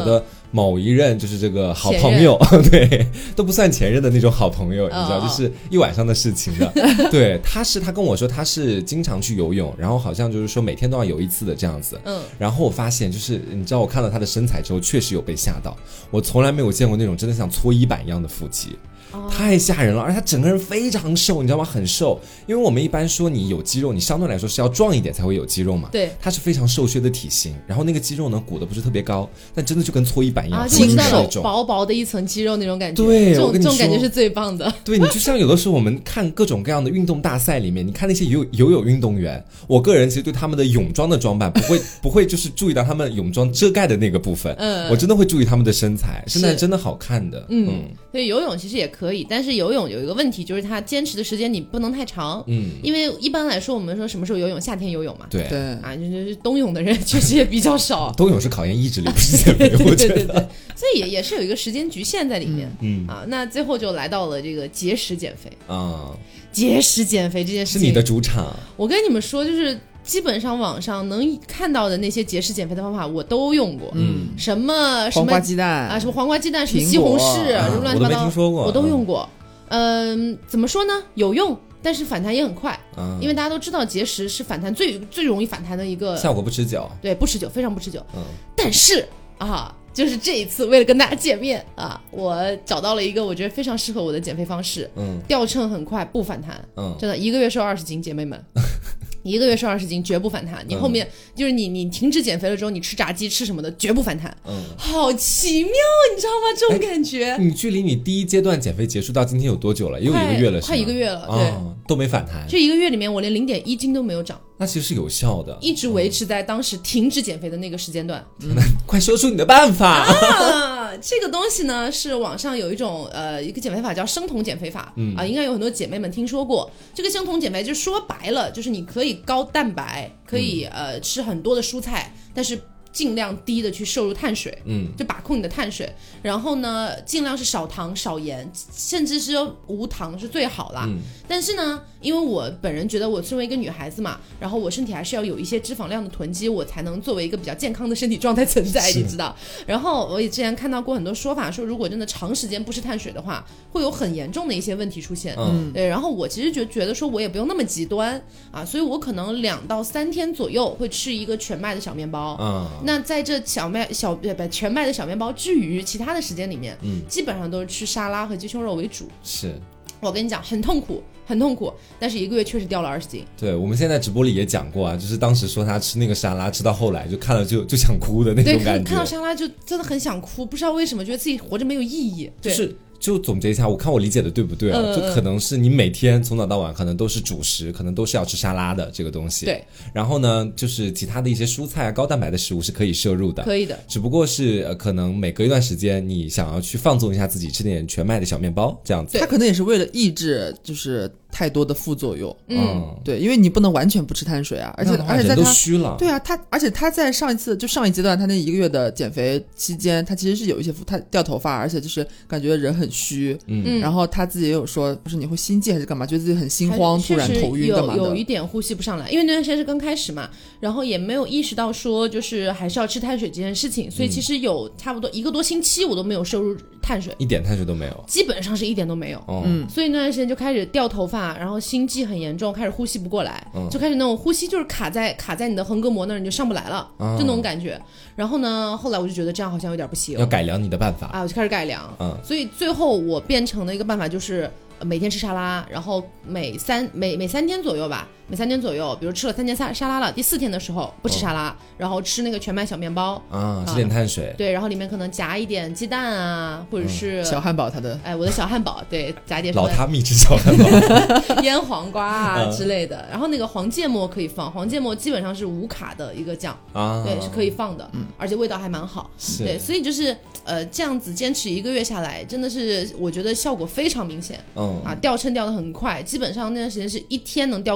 某一任就是这个好朋友，对，都不算前任的那种好朋友，你知道，就是一晚上的事情的。对，他是他跟我说他是经常去游泳，然后好像就是说每天都要游一次的这样子。嗯，然后我发现就是你知道，我看到他的身材之后，确实有被吓到。我从来没有见过那种真的像搓衣板一样的腹肌。太吓人了，而且他整个人非常瘦，你知道吗？很瘦。因为我们一般说你有肌肉，你相对来说是要壮一点才会有肌肉嘛。 对， 他是非常瘦削的体型，然后那个肌肉呢鼓的不是特别高，但真的就跟搓衣板一样， 筋道薄薄的一层肌肉那种感觉。 对， 这种这种感觉是最棒的。 对，你就像有的时候我们看各种各样的运动大赛里面，你看那些游游泳运动员，我个人其实对他们的泳装的装扮不会不会就是注意到他们泳装遮盖的那个部分，嗯，我真的会注意他们的身材，身材真的好看的。 嗯，所以游泳其实也可以，但是游泳有一个问题，就是它坚持的时间你不能太长，嗯，因为一般来说我们说什么时候游泳，夏天游泳嘛， 对对啊，就是冬泳的人确实也比较少。 冬泳是考验意志力，不是减肥，我觉得。对对对， 所以也也是有一个时间局限在里面，嗯啊，那最后就来到了这个节食减肥啊，节食减肥这件事情是你的主场。 我跟你们说，就是基本上网上能看到的那些节食减肥的方法我都用过，嗯，什么什么黄瓜鸡蛋啊，什么黄瓜鸡蛋，什么西红柿，什么乱七八糟， 我都没听说过， 我都用过。嗯，怎么说呢？有用，但是反弹也很快，嗯，因为大家都知道节食是反弹最最容易反弹的一个， 效果不持久， 对，不持久，非常不持久。嗯，但是啊，就是这一次为了跟大家见面啊，我找到了一个我觉得非常适合我的减肥方式，嗯，掉秤很快，不反弹，嗯，真的一个月瘦二十斤，姐妹们。一个月瘦二十斤绝不反弹，你后面、嗯、就是你你停止减肥了之后，你吃炸鸡吃什么的绝不反弹，嗯，好奇妙，你知道吗？这种感觉。 你距离你第一阶段减肥结束到今天有多久了？也有一个月了，是吗？ 快一个月了，对、哦， 都没反弹。 这一个月里面，我连零点一斤都没有长。 那其实是有效的， 一直维持在当时停止减肥的那个时间段。 嗯，快说出你的办法啊！这个东西呢，是网上有一种呃一个减肥法叫生酮减肥法，嗯啊，应该有很多姐妹们听说过。这个生酮减肥就说白了，就是你可以高蛋白，可以、嗯、呃吃很多的蔬菜，但是尽量低的去摄入碳水，嗯，就把控你的碳水，然后呢，尽量是少糖少盐，甚至是无糖是最好啦。嗯，但是呢，因为我本人觉得我身为一个女孩子嘛，然后我身体还是要有一些脂肪量的囤积，我才能作为一个比较健康的身体状态存在，你知道。然后我也之前看到过很多说法，说如果真的长时间不吃碳水的话，会有很严重的一些问题出现。嗯，对。然后我其实觉觉得说我也不用那么极端啊，所以我可能两到三天左右会吃一个全麦的小面包。嗯。那在这小麦小不全麦的小面包之余，其他的时间里面，嗯，基本上都是吃沙拉和鸡胸肉为主。 是， 我跟你讲，很痛苦，很痛苦，但是一个月确实掉了二十斤。 对，我们现在直播里也讲过啊，就是当时说他吃那个沙拉，吃到后来就看了就就想哭的那种感觉。 对，看到沙拉就真的很想哭，不知道为什么，觉得自己活着没有意义。对。 就是就总结一下，我看我理解的对不对啊？嗯、就可能是你每天从早到晚可能都是主食，可能都是要吃沙拉的这个东西。 对。 然后呢，就是其他的一些蔬菜啊、高蛋白的食物是可以摄入的。 可以的。 只不过是呃，可能每隔一段时间你想要去放纵一下自己，吃点全麦的小面包这样子。 它可能也是为了抑制就是太多的副作用。嗯，对，因为你不能完全不吃碳水啊，而且而且在他人都虚了。 对啊，他而且他在上一次就上一阶段他那一个月的减肥期间，他其实是有一些他掉头发，而且就是感觉人很虚。嗯。然后他自己也有说，不是你会心悸还是干嘛？觉得自己很心慌，突然头晕干嘛的？ 有有一点呼吸不上来，因为那段时间是刚开始嘛，然后也没有意识到说就是还是要吃碳水这件事情，所以其实有差不多一个多星期我都没有摄入碳水， 一点碳水都没有， 基本上是一点都没有。嗯，所以那段时间就开始掉头发，然后心悸很严重，开始呼吸不过来，嗯、就开始那种呼吸就是卡在卡在你的横膈膜那儿，你就上不来了，嗯、就那种感觉。然后呢，后来我就觉得这样好像有点不行， 要改良你的办法啊，我就开始改良。嗯，所以最后我变成了一个办法，就是每天吃沙拉，然后每三每每三天左右吧，每三天左右，比如吃了三天沙沙拉了，第四天的时候不吃沙拉，哦、然后吃那个全麦小面包啊，吃点碳水， 对，然后里面可能夹一点鸡蛋啊，或者是、 嗯、小汉堡，它的哎，我的小汉堡，对，夹一点老他秘制小汉堡， 腌黄瓜啊之类的，然后那个黄芥末可以放，黄芥末基本上是无卡的一个酱啊，对，是可以放的，嗯，而且味道还蛮好，对，所以就是呃这样子坚持一个月下来，真的是我觉得效果非常明显，嗯啊，掉秤掉得很快，基本上那段时间是一天能掉个一点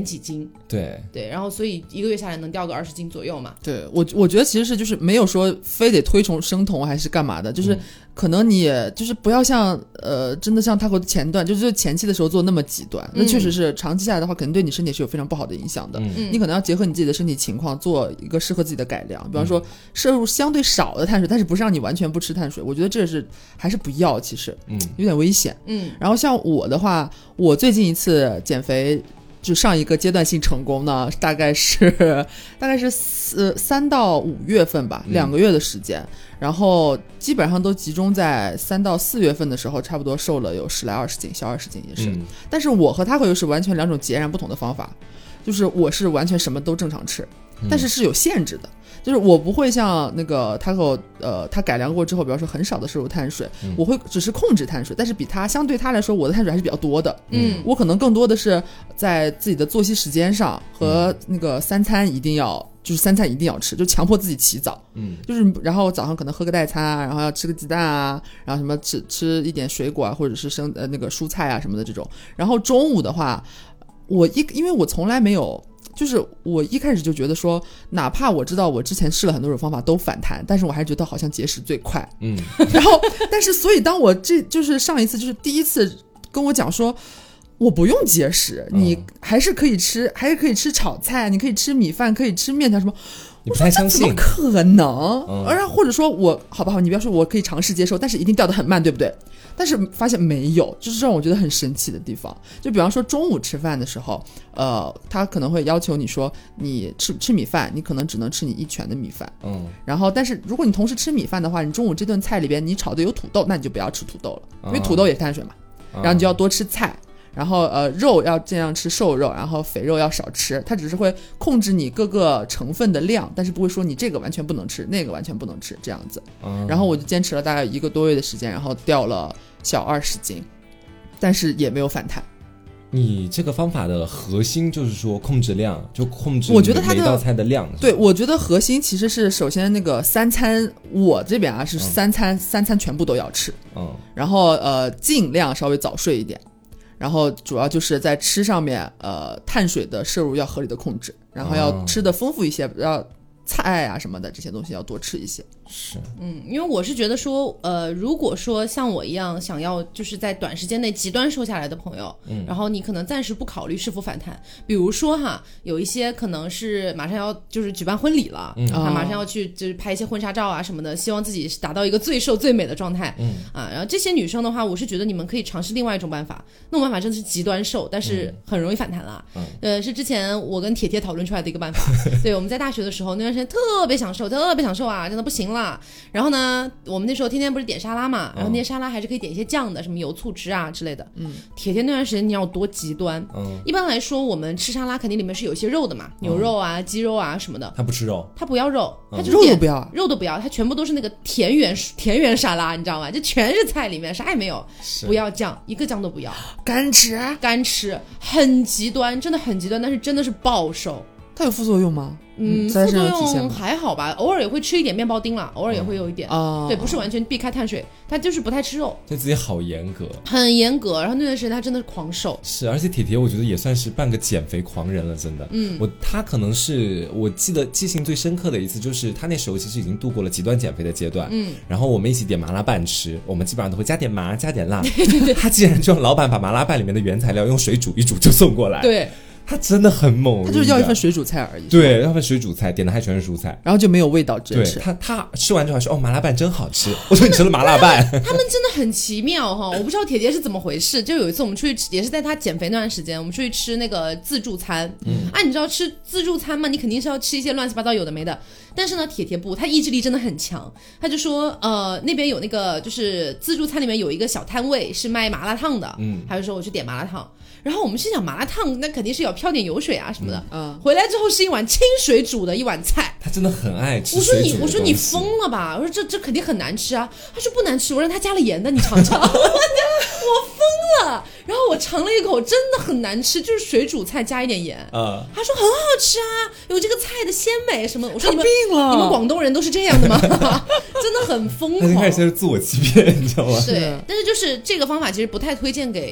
几斤。 对对，然后所以一个月下来能掉个二十斤左右嘛。 对，我我觉得其实是就是没有说非得推崇生酮还是干嘛的，就是可能你就是不要像呃真的像 Taco 的前段就是前期的时候做那么极端，那确实是长期下来的话肯定对你身体是有非常不好的影响的。嗯，你可能要结合你自己的身体情况做一个适合自己的改良，比方说摄入相对少的碳水，但是不是让你完全不吃碳水，我觉得这是还是不要，其实嗯有点危险。嗯，然后像我的话，我最近一次减肥就上一个阶段性成功呢，大概是大概是四三到五月份吧，两个月的时间、嗯、然后基本上都集中在三到四月份的时候，差不多瘦了有十来二十斤，小二十斤也是、嗯、但是我和他又是完全两种截然不同的方法，就是我是完全什么都正常吃，但是是有限制的、嗯，就是我不会像那个 Taco 呃他改良过之后比方说很少的摄入碳水、嗯、我会只是控制碳水，但是比他相对他来说我的碳水还是比较多的。嗯，我可能更多的是在自己的作息时间上和那个三餐一定要、嗯、就是三餐一定要吃，就强迫自己起早。嗯，就是然后早上可能喝个代餐啊，然后要吃个鸡蛋啊，然后什么吃吃一点水果啊，或者是生呃那个蔬菜啊什么的这种。然后中午的话我一因为我从来没有就是我一开始就觉得说哪怕我知道我之前试了很多种方法都反弹，但是我还觉得好像节食最快。嗯，然后但是所以当我这就是上一次就是第一次跟我讲说我不用节食，你还是可以吃、嗯、还是可以吃炒菜，你可以吃米饭，可以吃面条什么， 你不太相信， 怎么可能、嗯、而或者说我好吧你不要说我可以尝试接受，但是一定掉得很慢对不对，但是发现没有，就是让我觉得很神奇的地方。就比方说中午吃饭的时候呃，他可能会要求你说你吃吃米饭，你可能只能吃你一拳的米饭。嗯，然后但是如果你同时吃米饭的话，你中午这顿菜里边你炒的有土豆，那你就不要吃土豆了，因为土豆也是碳水嘛、嗯、然后你就要多吃菜，然后呃肉要尽量吃瘦肉，然后肥肉要少吃，它只是会控制你各个成分的量，但是不会说你这个完全不能吃那个完全不能吃这样子、嗯、然后我就坚持了大概一个多月的时间，然后掉了小二十斤，但是也没有反弹。 你这个方法的核心就是说控制量，就控制每一道菜的量。 对，我觉得核心其实是首先那个三餐，我这边啊是三餐、嗯、三餐全部都要吃，嗯，然后呃尽量稍微早睡一点，然后主要就是在吃上面呃碳水的摄入要合理的控制，然后要吃的丰富一些，要菜啊什么的这些东西要多吃一些。 是， 嗯，因为我是觉得说，呃，如果说像我一样想要就是在短时间内极端瘦下来的朋友，嗯，然后你可能暂时不考虑是否反弹，比如说哈，有一些可能是马上要就是举办婚礼了，嗯，他马上要去就是拍一些婚纱照啊什么的，希望自己达到一个最瘦最美的状态，嗯啊，然后这些女生的话，我是觉得你们可以尝试另外一种办法，那种办法真的是极端瘦，但是很容易反弹啦，嗯，呃，是之前我跟铁铁讨论出来的一个办法，对，我们在大学的时候那段时间特别想瘦，特别想瘦啊，真的不行了。然后呢，我们那时候天天不是点沙拉嘛，然后那些沙拉还是可以点一些酱的，什么油醋汁啊之类的。嗯，铁铁那段时间你要多极端。嗯，一般来说我们吃沙拉肯定里面是有一些肉的嘛，牛肉啊、鸡肉啊什么的。 他不吃肉， 他不要肉，他就肉都不要， 肉都不要，他全部都是那个田园田园沙拉，你知道吗？就全是菜里面啥也没有，不要酱，一个酱都不要， 干吃干吃，很极端，真的很极端，但是真的是暴瘦。 它有副作用吗？ 嗯，副作用还好吧，偶尔也会吃一点面包丁啦，偶尔也会有一点、嗯、对，不是完全避开碳水，他就是不太吃肉， 对自己好严格， 很严格。然后那段时间他真的是狂瘦， 是，而且铁铁我觉得也算是半个减肥狂人了，真的。嗯，我他可能是我记得记性最深刻的一次，就是他那时候其实已经度过了极端减肥的阶段，嗯，然后我们一起点麻辣拌吃，我们基本上都会加点麻加点辣，对对对，他竟然就让老板把麻辣拌里面的原材料用水煮一煮就送过来， 对。 他真的很猛， 他就是要一份水煮菜而已。 对，要份水煮菜，点的还全是蔬菜， 然后就没有味道，真是。 他他吃完之后还说：“哦，麻辣拌真好吃。”我说：“你吃了麻辣拌？” 他们真的很奇妙哈，我不知道铁铁是怎么回事。就有一次我们出去吃，也是在他减肥那段时间，我们出去吃那个自助餐。嗯啊，你知道吃自助餐嘛？你肯定是要吃一些乱七八糟有的没的。但是呢，铁铁不，他意志力真的很强。他就说：“呃，那边有那个就是自助餐里面有一个小摊位是卖麻辣烫的。”嗯，他就说我去点麻辣烫。然后我们心想麻辣烫那肯定是要飘点油水啊什么的，嗯，回来之后是一碗清水煮的一碗菜。 他真的很爱吃水煮的东西。 我说你，我说你疯了吧？我说这这肯定很难吃啊。他说不难吃，我让他加了盐的，你尝尝。我疯了。然后我尝了一口，真的很难吃，就是水煮菜加一点盐。嗯，他说很好吃啊，有这个菜的鲜美什么。我说你们病了， 你们广东人都是这样的吗？真的很疯狂。 他就开始自我欺骗，你知道吗？ 对，但是就是这个方法其实不太推荐给大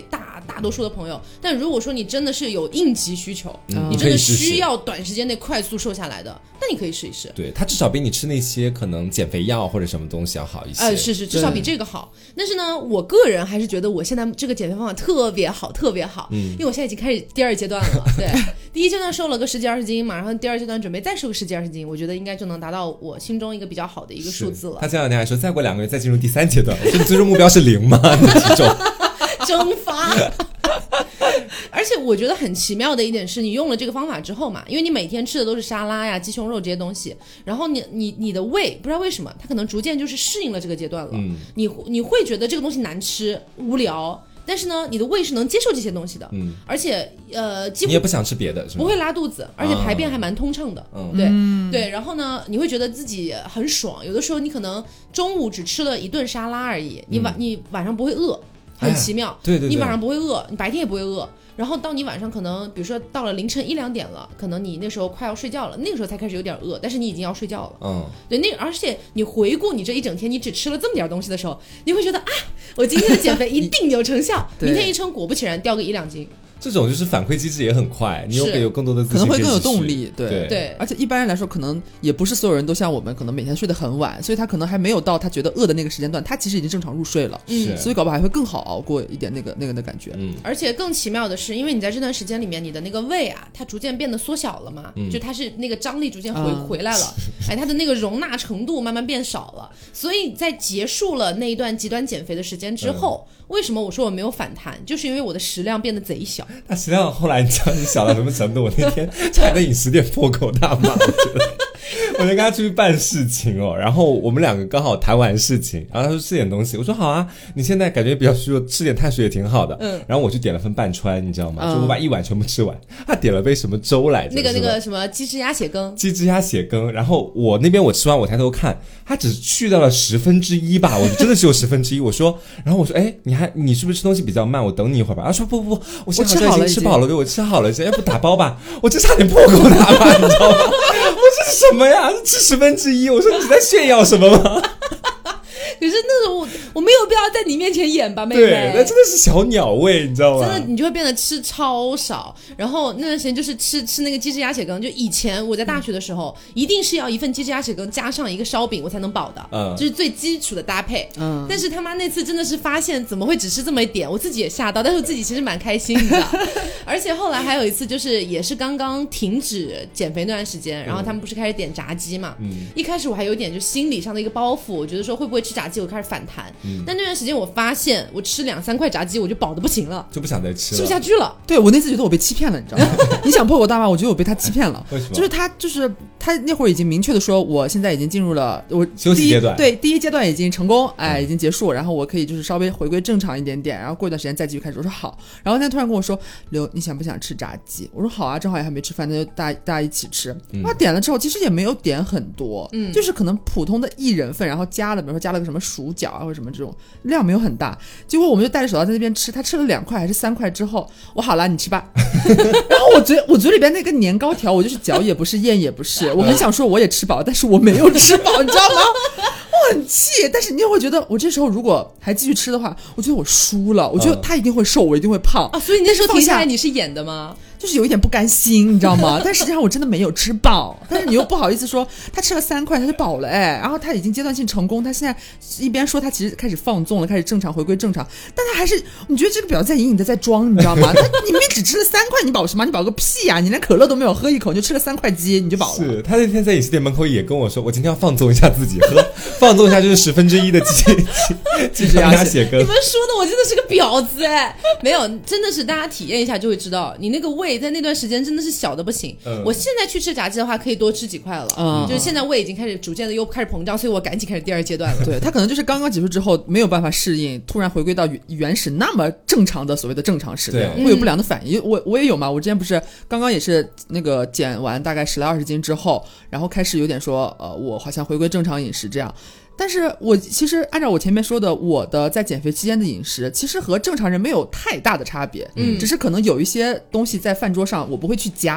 大多数的朋友。但如果说你真的是有应急需求，嗯、你真的需要短时间内快速瘦下来的，那你可以试一试。 对，它至少比你吃那些可能减肥药或者什么东西要好一些。 呃，是是，至少比这个好。但是呢，我个人还是觉得我现在这个减肥方法特别好，特别好。嗯，因为我现在已经开始第二阶段了。对，第一阶段瘦了个十几二十斤嘛，然后第二阶段准备再瘦个十几二十斤，我觉得应该就能达到我心中一个比较好的一个数字了。 他前两天还说，再过两个月再进入第三阶段。我说你最终目标是零吗？你的体重蒸发。而且我觉得很奇妙的一点是，你用了这个方法之后嘛，因为你每天吃的都是沙拉呀、鸡胸肉这些东西，然后你你你的胃不知道为什么，它可能逐渐就是适应了这个阶段了。嗯，你你会觉得这个东西难吃、无聊。但是呢，你的胃是能接受这些东西的，嗯，而且呃，几乎你也不想吃别的，是吧？ 不会拉肚子，而且排便还蛮通畅的，嗯，对、嗯、对。然后呢，你会觉得自己很爽。有的时候你可能中午只吃了一顿沙拉而已，你晚、嗯、你晚上不会饿，很奇妙。 对对对， 你晚上不会饿，你白天也不会饿。然后到你晚上可能，比如说到了凌晨一两点了，可能你那时候快要睡觉了，那个时候才开始有点饿，但是你已经要睡觉了。嗯，对，那而且你回顾你这一整天，你只吃了这么点东西的时候，你会觉得啊，我今天的减肥一定有成效。明天一称，果不其然掉个一两斤。 这种就是反馈机制也很快，你有有更多的自信， 可能会更有动力。对对, 对， 而且一般人来说，可能也不是所有人都像我们，可能每天睡得很晚，所以他可能还没有到他觉得饿的那个时间段，他其实已经正常入睡了。嗯，所以搞不好还会更好熬过一点那个那个的感觉。 嗯，而且更奇妙的是，因为你在这段时间里面，你的那个胃啊，它逐渐变得缩小了嘛，嗯、就它是那个张力逐渐回、嗯、回来了，哎，它的那个容纳程度慢慢变少了，所以在结束了那一段极端减肥的时间之后。嗯，为什么我说我没有反弹？就是因为我的食量变得贼小。 那食量后来你知道你小到什么程度？我那天差点在饮食店破口大骂，我觉得。我就跟他出去办事情哦，然后我们两个刚好谈完事情，然后他说吃点东西，我说好啊，你现在感觉比较虚弱，吃点碳水也挺好的。嗯，然后我就点了份半川，你知道吗？嗯、就我把一碗全部吃完。他点了杯什么粥来着？ 那个那个什么鸡汁鸭血羹。 鸡汁鸭血羹，然后我那边我吃完，我抬头看，他只去到了十分之一吧，我真的只有十分之一。我说，然后我说，哎，你还你是不是吃东西比较慢？我等你一会儿吧。他说不不不，我现在已经吃饱了，给我吃好了，要不打包吧？我这差点破口大骂，你知道吗？我这是什么呀？吃十分之一，我说你在炫耀什么吗？ 可是那种我我没有必要在你面前演吧，妹妹。 对，那真的是小鸟胃，你知道吗？ 真的，你就会变得吃超少。然后那段时间就是吃吃那个鸡汁鸭血羹，就以前我在大学的时候，嗯、一定是要一份鸡汁鸭血羹加上一个烧饼，我才能饱的，嗯，就是最基础的搭配。嗯，但是他妈那次真的是发现怎么会只吃这么一点，我自己也吓到，但是我自己其实蛮开心的。而且后来还有一次，就是也是刚刚停止减肥那段时间，然后他们不是开始点炸鸡嘛，嗯，一开始我还有点就心理上的一个包袱，我觉得说会不会吃炸鸡。我开始反弹、嗯、但那段时间我发现我吃两三块炸鸡我就饱得不行了， 就不想再吃了， 吃不下去了。 对，我那次觉得我被欺骗了，你知道吗？你想破口大骂，我觉得我被他欺骗了。 为什么？ 就是他就是他那会儿已经明确的说我现在已经进入了我休息阶段， 对，第一阶段已经成功，哎，已经结束，然后我可以就是稍微回归正常一点点，然后过一段时间再继续开始。我说好，然后他突然跟我说刘你想不想吃炸鸡？我说好啊，正好也还没吃饭，那就大大家一起吃。他、嗯、点了之后其实也没有点很多、嗯、就是可能普通的一人份，然后加了比如说加了个什么薯角啊或者什么这种量没有很大，结果我们就带着手套在那边吃，他吃了两块还是三块之后，我好了你吃吧。然后我嘴我嘴里边那个年糕条，我就是嚼也不是咽也不是，我很想说我也吃饱，但是我没有吃饱，你知道吗？我很气，但是你又会觉得我这时候如果还继续吃的话，我觉得我输了，我觉得他一定会瘦，我一定会胖啊。所以你那时候停下来你是演的吗？ 就是有一点不甘心，你知道吗？但实际上我真的没有吃饱，但是你又不好意思说他吃了三块他就饱了，哎，然后他已经阶段性成功，他现在一边说他其实开始放纵了，开始正常回归正常，但他还是你觉得这个表在隐隐的在装，你知道吗？他你明明只吃了三块，你饱什么？你饱个屁呀、啊！你连可乐都没有喝一口，你就吃了三块鸡，你就饱了。 是他那天在饮食店门口也跟我说，我今天要放纵一下自己，喝放纵一下就是十分之一的鸡鸡汁鸭血羹。 你们说的我真的是个婊子哎，没有，真的是大家体验一下就会知道，你那个胃在那段时间真的是小的不行、嗯、我现在去吃炸鸡的话可以多吃几块了、嗯、就是现在胃已经开始逐渐的又开始膨胀，所以我赶紧开始第二阶段了。 对，他可能就是刚刚结束之后没有办法适应，突然回归到原始那么正常的所谓的正常食量，会有不良的反应。我我也有嘛，我之前不是刚刚也是那个减完大概十来二十斤之后，然后开始有点说呃，我好像回归正常饮食这样。但是我其实按照我前面说的，我的在减肥期间的饮食其实和正常人没有太大的差别，嗯，只是可能有一些东西在饭桌上我不会去加，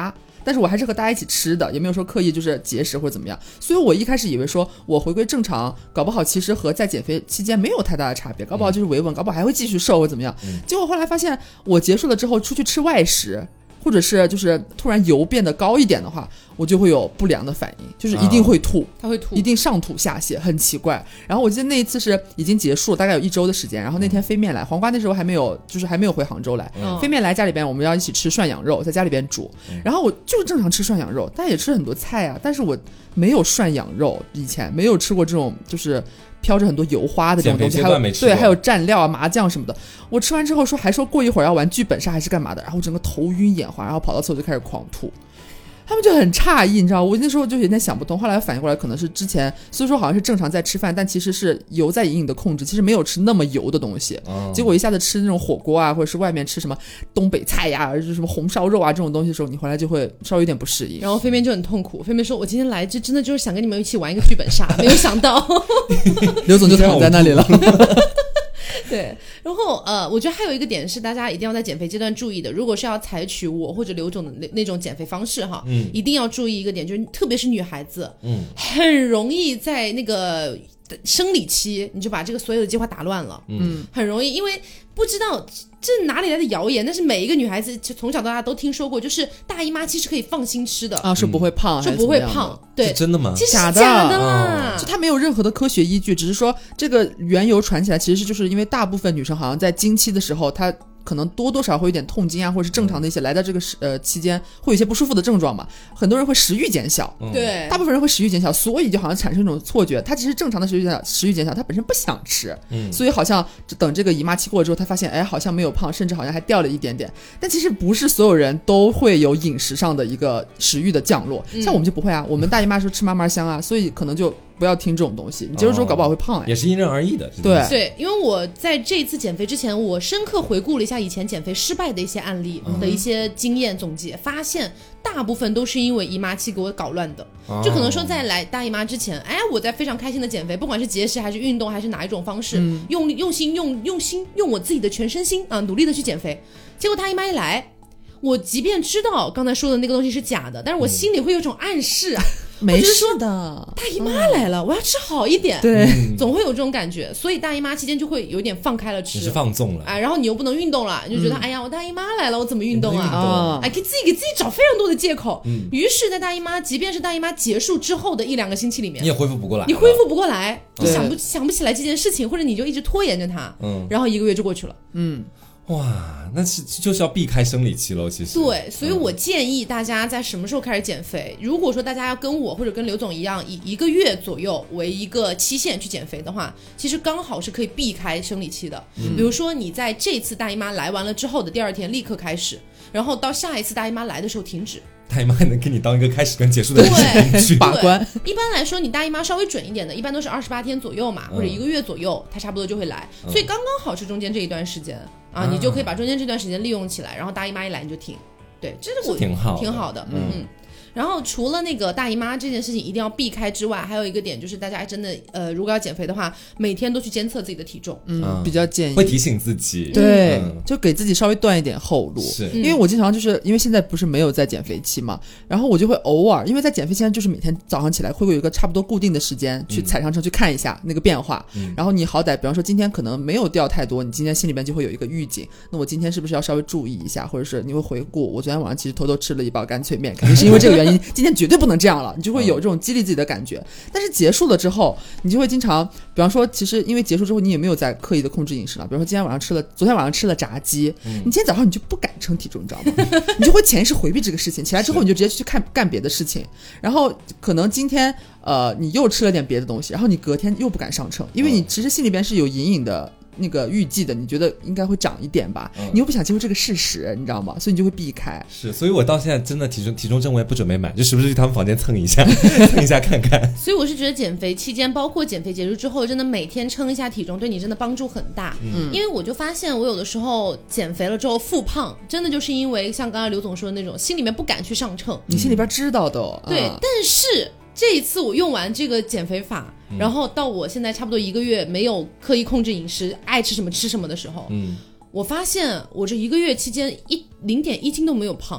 但是我还是和大家一起吃的，也没有说刻意就是节食或者怎么样。所以我一开始以为说我回归正常，搞不好其实和在减肥期间没有太大的差别，搞不好就是维稳，搞不好还会继续瘦或怎么样。嗯、结果后来发现，我结束了之后出去吃外食，或者是就是突然油变得高一点的话，我就会有不良的反应，就是一定会吐， 他、哦、会吐， 一定上吐下泻，很奇怪。然后我记得那一次是已经结束了，大概有一周的时间。然后那天飞面来，黄瓜那时候还没有，就是还没有回杭州来。嗯、飞面来家里边，我们要一起吃涮羊肉，在家里边煮。嗯、然后我就是正常吃涮羊肉，但也吃很多菜啊，但是我没有涮羊肉，以前没有吃过这种就是飘着很多油花的这种东西，还有对，还有蘸料啊、麻酱什么的。我吃完之后说，还说过一会儿要玩剧本杀还是干嘛的，然后整个头晕眼花，然后跑到厕所就开始狂吐。他们就很诧异，你知道，我那时候就有点想不通，后来反应过来，可能是之前虽说好像是正常在吃饭，但其实是油在隐隐的控制，其实没有吃那么油的东西，哦、结果一下子吃那种火锅啊，或者是外面吃什么东北菜呀、啊，就是什么红烧肉啊这种东西的时候，你回来就会稍微有点不适应。 然后飞面就很痛苦，飞面说：“我今天来就真的就是想跟你们一起玩一个剧本杀，没有想到刘总就躺在那里了。” 对，然后呃，我觉得还有一个点是大家一定要在减肥阶段注意的，如果是要采取我或者刘总的那那种减肥方式哈，嗯，一定要注意一个点，就是特别是女孩子，嗯，很容易在那个生理期你就把这个所有的计划打乱了，嗯，很容易，因为不知道这哪里来的谣言，但是每一个女孩子从小到大都听说过，就是大姨妈期是可以放心吃的啊，是不会胖， 是不会胖，对， 是真的吗？ 其实是假的啦， 就它没有任何的科学依据，只是说这个缘由传起来，其实是就是因为大部分女生好像在经期的时候，她可能多多少少会有点痛经啊，或者是正常的一些来到这个呃期间会有一些不舒服的症状嘛，很多人会食欲减小， 对、嗯， 大部分人会食欲减小，所以就好像产生一种错觉，他其实正常的食欲减小，食欲减小，他本身不想吃，嗯，所以好像等这个姨妈期过了之后，他发现哎好像没有胖，甚至好像还掉了一点点，但其实不是所有人都会有饮食上的一个食欲的降落，嗯、像我们就不会啊，我们大姨妈说吃嘛嘛香啊，所以可能就不要听这种东西，你接受之后搞不好会胖哎、 哦，也是因人而异的。 对对，因为我在这一次减肥之前，我深刻回顾了一下以前减肥失败的一些案例、嗯、的一些经验总结，发现大部分都是因为姨妈期给我搞乱的。哦、就可能说在来大姨妈之前，哎，我在非常开心的减肥，不管是节食还是运动还是哪一种方式，嗯、用用心用用心用我自己的全身心啊，努力的去减肥。结果大姨妈一来，我即便知道刚才说的那个东西是假的，但是我心里会有种暗示啊。嗯没事的， 大姨妈来了、嗯、我要吃好一点， 对、 嗯，总会有这种感觉，所以大姨妈期间就会有点放开了吃， 你是放纵了， 哎，然后你又不能运动了，你就觉得、嗯、哎呀我大姨妈来了我怎么运动啊，哦、哎给自己给自己找非常多的借口，嗯，于是在大姨妈即便是大姨妈结束之后的一两个星期里面， 你也恢复不过来， 你恢复不过来，你想不想不起来这件事情，或者你就一直拖延着它，嗯，然后一个月就过去了， 嗯。 哇，那是就是要避开生理期了，其实。 对，所以我建议大家在什么时候开始减肥？嗯、如果说大家要跟我或者跟刘总一样，以一个月左右为一个期限去减肥的话，其实刚好是可以避开生理期的。嗯、比如说你在这次大姨妈来完了之后的第二天立刻开始，然后到下一次大姨妈来的时候停止。 大姨妈能给你当一个开始跟结束的日期把关。 一般来说，你大姨妈稍微准一点的，一般都是二十八天左右嘛，或者一个月左右，它差不多就会来。嗯、所以刚刚好是中间这一段时间啊，啊你就可以把中间这段时间利用起来，然后大姨妈一来你就停。对，这是我挺好挺好的，嗯。嗯然后除了那个大姨妈这件事情一定要避开之外，还有一个点就是大家真的呃，如果要减肥的话，每天都去监测自己的体重， 嗯，嗯比较建议会提醒自己， 对，嗯、就给自己稍微断一点后路。 是， 因为我经常就是因为现在不是没有在减肥期嘛，然后我就会偶尔，因为在减肥期间就是每天早上起来会有一个差不多固定的时间去踩上车去看一下那个变化，嗯、然后你好歹比方说今天可能没有掉太多，你今天心里边就会有一个预警，那我今天是不是要稍微注意一下，或者是你会回顾我昨天晚上其实偷偷吃了一包干脆面，肯定是因为这个原因，今天绝对不能这样了，你就会有这种激励自己的感觉。但是结束了之后，你就会经常，比方说，其实因为结束之后你也没有在刻意的控制饮食了。比方说今天晚上吃了，昨天晚上吃了炸鸡，嗯、你今天早上你就不敢称体重，你知道吗？你就会潜意识回避这个事情，起来之后你就直接去看干别的事情，然后可能今天呃你又吃了点别的东西，然后你隔天又不敢上称，因为你其实心里边是有隐隐的那个预计的，你觉得应该会长一点吧，嗯、你又不想接受这个事实，你知道吗？所以你就会避开。 是，所以我到现在真的体重体重证我也不准备买，就时不时去他们房间蹭一下蹭一下看看。 所以我是觉得减肥期间，包括减肥结束之后，真的每天称一下体重，对你真的帮助很大。嗯，因为我就发现我有的时候减肥了之后复胖，真的就是因为像刚刚刘总说的那种，心里面不敢去上秤， 你心里边知道的、哦。 对， 嗯、 但是。这一次我用完这个减肥法，嗯、然后到我现在差不多一个月没有刻意控制饮食，爱吃什么吃什么的时候，嗯，我发现我这一个月期间一零点一斤都没有胖。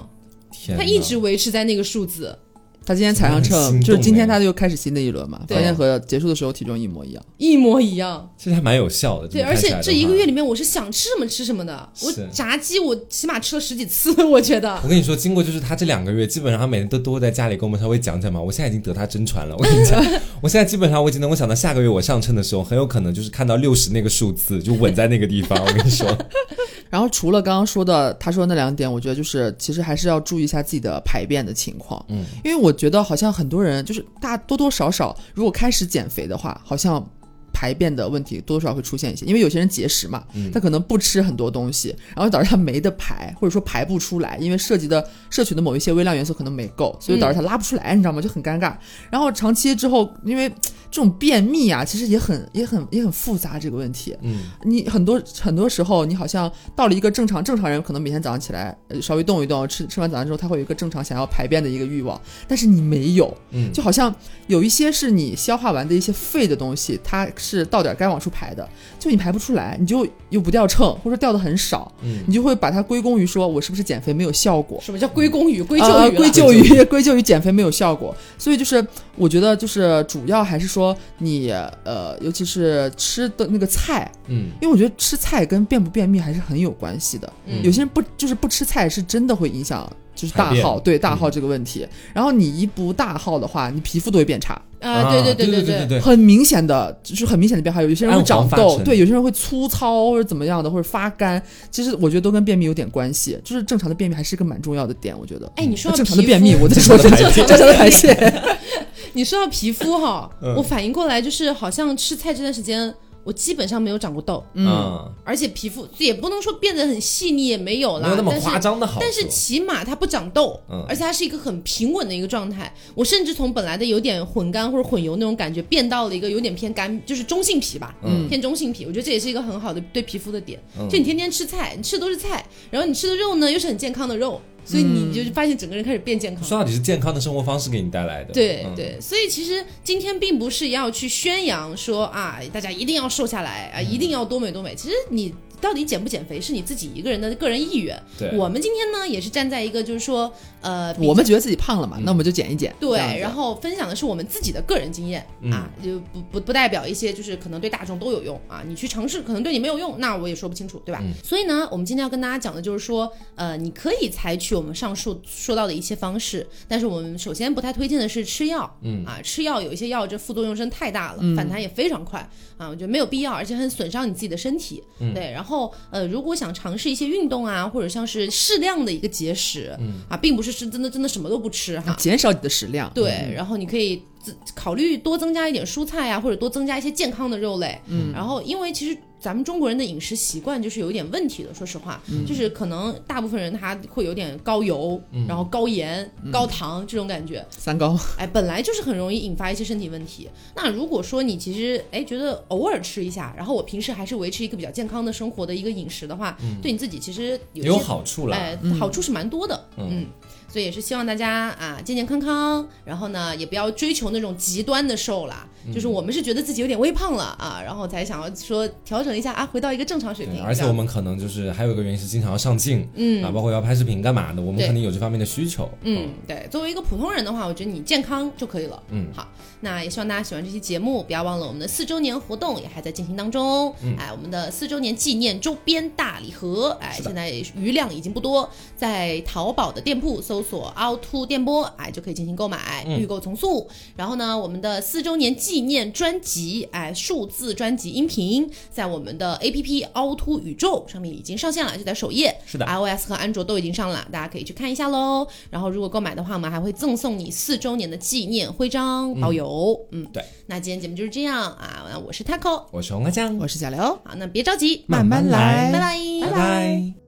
他一直维持在那个数字。 他今天踩上秤，就是今天他就开始新的一轮嘛，发现和结束的时候体重一模一样， 一模一样。 其实还蛮有效的。 对，而且这一个月里面我是想吃什么吃什么的。我炸鸡我起码吃了十几次，我觉得。 我跟你说，经过就是他这两个月，基本上他每天都都会在家里跟我们稍微讲讲嘛。我现在已经得他真传了，我跟你讲，我现在基本上我已经能够想到下个月我上称的时候，很有可能就是看到六十那个数字就稳在那个地方。我跟你说。 然后除了刚刚说的他说的那两点，我觉得就是其实还是要注意一下自己的排便的情况。嗯，因为我觉得好像很多人就是大多多少少如果开始减肥的话，好像排便的问题多多少少会出现一些，因为有些人节食嘛，嗯、他可能不吃很多东西，然后导致他没得排，或者说排不出来，因为涉及的摄取的某一些微量元素可能没够，所以导致他拉不出来，嗯、你知道吗？就很尴尬。然后长期之后，因为这种便秘啊，其实也很也很也很复杂这个问题。嗯，你很多很多时候，你好像到了一个正常正常人，可能每天早上起来稍微动一动，吃吃完早餐之后，他会有一个正常想要排便的一个欲望，但是你没有，嗯，就好像有一些是你消化完的一些废的东西，它是到点该往出排的，就你排不出来，你就又不掉秤，或者掉的很少，嗯，你就会把它归功于说我是不是减肥没有效果？ 什么叫归功于？归咎于、 呃、归咎于归咎于减肥没有效果。所以就是我觉得就是主要还是说你呃，尤其是吃的那个菜，嗯，因为我觉得吃菜跟便不便秘还是很有关系的。嗯，有些人不就是不吃菜是真的会影响就是大号，对大号这个问题、嗯。然后你一不大号的话，你皮肤都会变差。 啊，对对对对 对, 对, 对很明显的，就是很明显的变化。有些人会长痘，对，有些人会粗糙或者怎么样的，或者发干。其实我觉得都跟便秘有点关系，就是正常的便秘还是一个蛮重要的点，我觉得。 哎，你说到正常的便秘，我在说正常的排泄。 你说到皮肤哈，嗯、我反应过来就是好像吃菜这段时间。我基本上没有长过痘，嗯，而且皮肤也不能说变得很细腻，也没有啦， 没有那么夸张的好处， 但是起码它不长痘，嗯，而且它是一个很平稳的一个状态。我甚至从本来的有点混干或者混油那种感觉，变到了一个有点偏干，就是中性皮吧，嗯，偏中性皮。我觉得这也是一个很好的对皮肤的点。嗯、就你天天吃菜，你吃的都是菜，然后你吃的肉呢又是很健康的肉。所以你就发现整个人开始变健康。 说到底是健康的生活方式给你带来的。 对、嗯、对，所以其实今天并不是要去宣扬说啊，大家一定要瘦下来啊，一定要多美多美。其实你到底减不减肥是你自己一个人的个人意愿。 对， 我们今天呢也是站在一个就是说呃， 我们觉得自己胖了嘛、嗯、那我们就减一减。 对，然后分享的是我们自己的个人经验、嗯、啊，就不不不代表一些就是可能对大众都有用啊，你去尝试可能对你没有用，那我也说不清楚，对吧、嗯、所以呢我们今天要跟大家讲的就是说呃，你可以采取我们上述说到的一些方式，但是我们首先不太推荐的是吃药。嗯啊，吃药有一些药这副作用真太大了、嗯、反弹也非常快啊，我觉得没有必要，而且很损伤你自己的身体。嗯、对，然后呃如果想尝试一些运动啊，或者像是适量的一个节食、嗯、啊，并不是是真的真的什么都不吃哈， 减少你的食量。 对、嗯、然后你可以考虑多增加一点蔬菜啊，或者多增加一些健康的肉类。嗯，然后因为其实咱们中国人的饮食习惯就是有点问题的，说实话、嗯、就是可能大部分人他会有点高油、嗯、然后高盐、嗯、高糖这种感觉， 三高， 哎，本来就是很容易引发一些身体问题。那如果说你其实哎觉得偶尔吃一下，然后我平时还是维持一个比较健康的生活的一个饮食的话、嗯、对你自己其实 有, 有好处了， 哎、嗯，好处是蛮多的。 嗯, 嗯所以也是希望大家啊健健康康，然后呢也不要追求那种极端的瘦啦、嗯、就是我们是觉得自己有点微胖了啊，然后才想要说调整一下啊，回到一个正常水平。 而且我们可能就是还有一个原因是经常要上镜，嗯啊，包括要拍视频干嘛的，我们肯定有这方面的需求。 嗯，对，作为一个普通人的话，我觉得你健康就可以了。嗯，好，那也希望大家喜欢这期节目，不要忘了我们的四周年活动也还在进行当中。嗯，哎，我们的四周年纪念周边大礼盒，哎，现在余量已经不多，在淘宝的店铺搜索凹凸电波，哎，就可以进行购买，预购从速。然后呢，我们的四周年纪念专辑，哎，数字专辑音频，在我们的 A P P 凹凸宇宙上面已经上线了，就在首页。 是的 ，iOS 和安卓都已经上了，大家可以去看一下喽。然后如果购买的话，我们还会赠送你四周年的纪念徽章包邮。嗯，嗯对。 那今天节目就是这样啊，那我是 Taco， 我是红阿酱， 我是小刘。 好，那别着急， 慢慢来， 拜拜， 拜拜。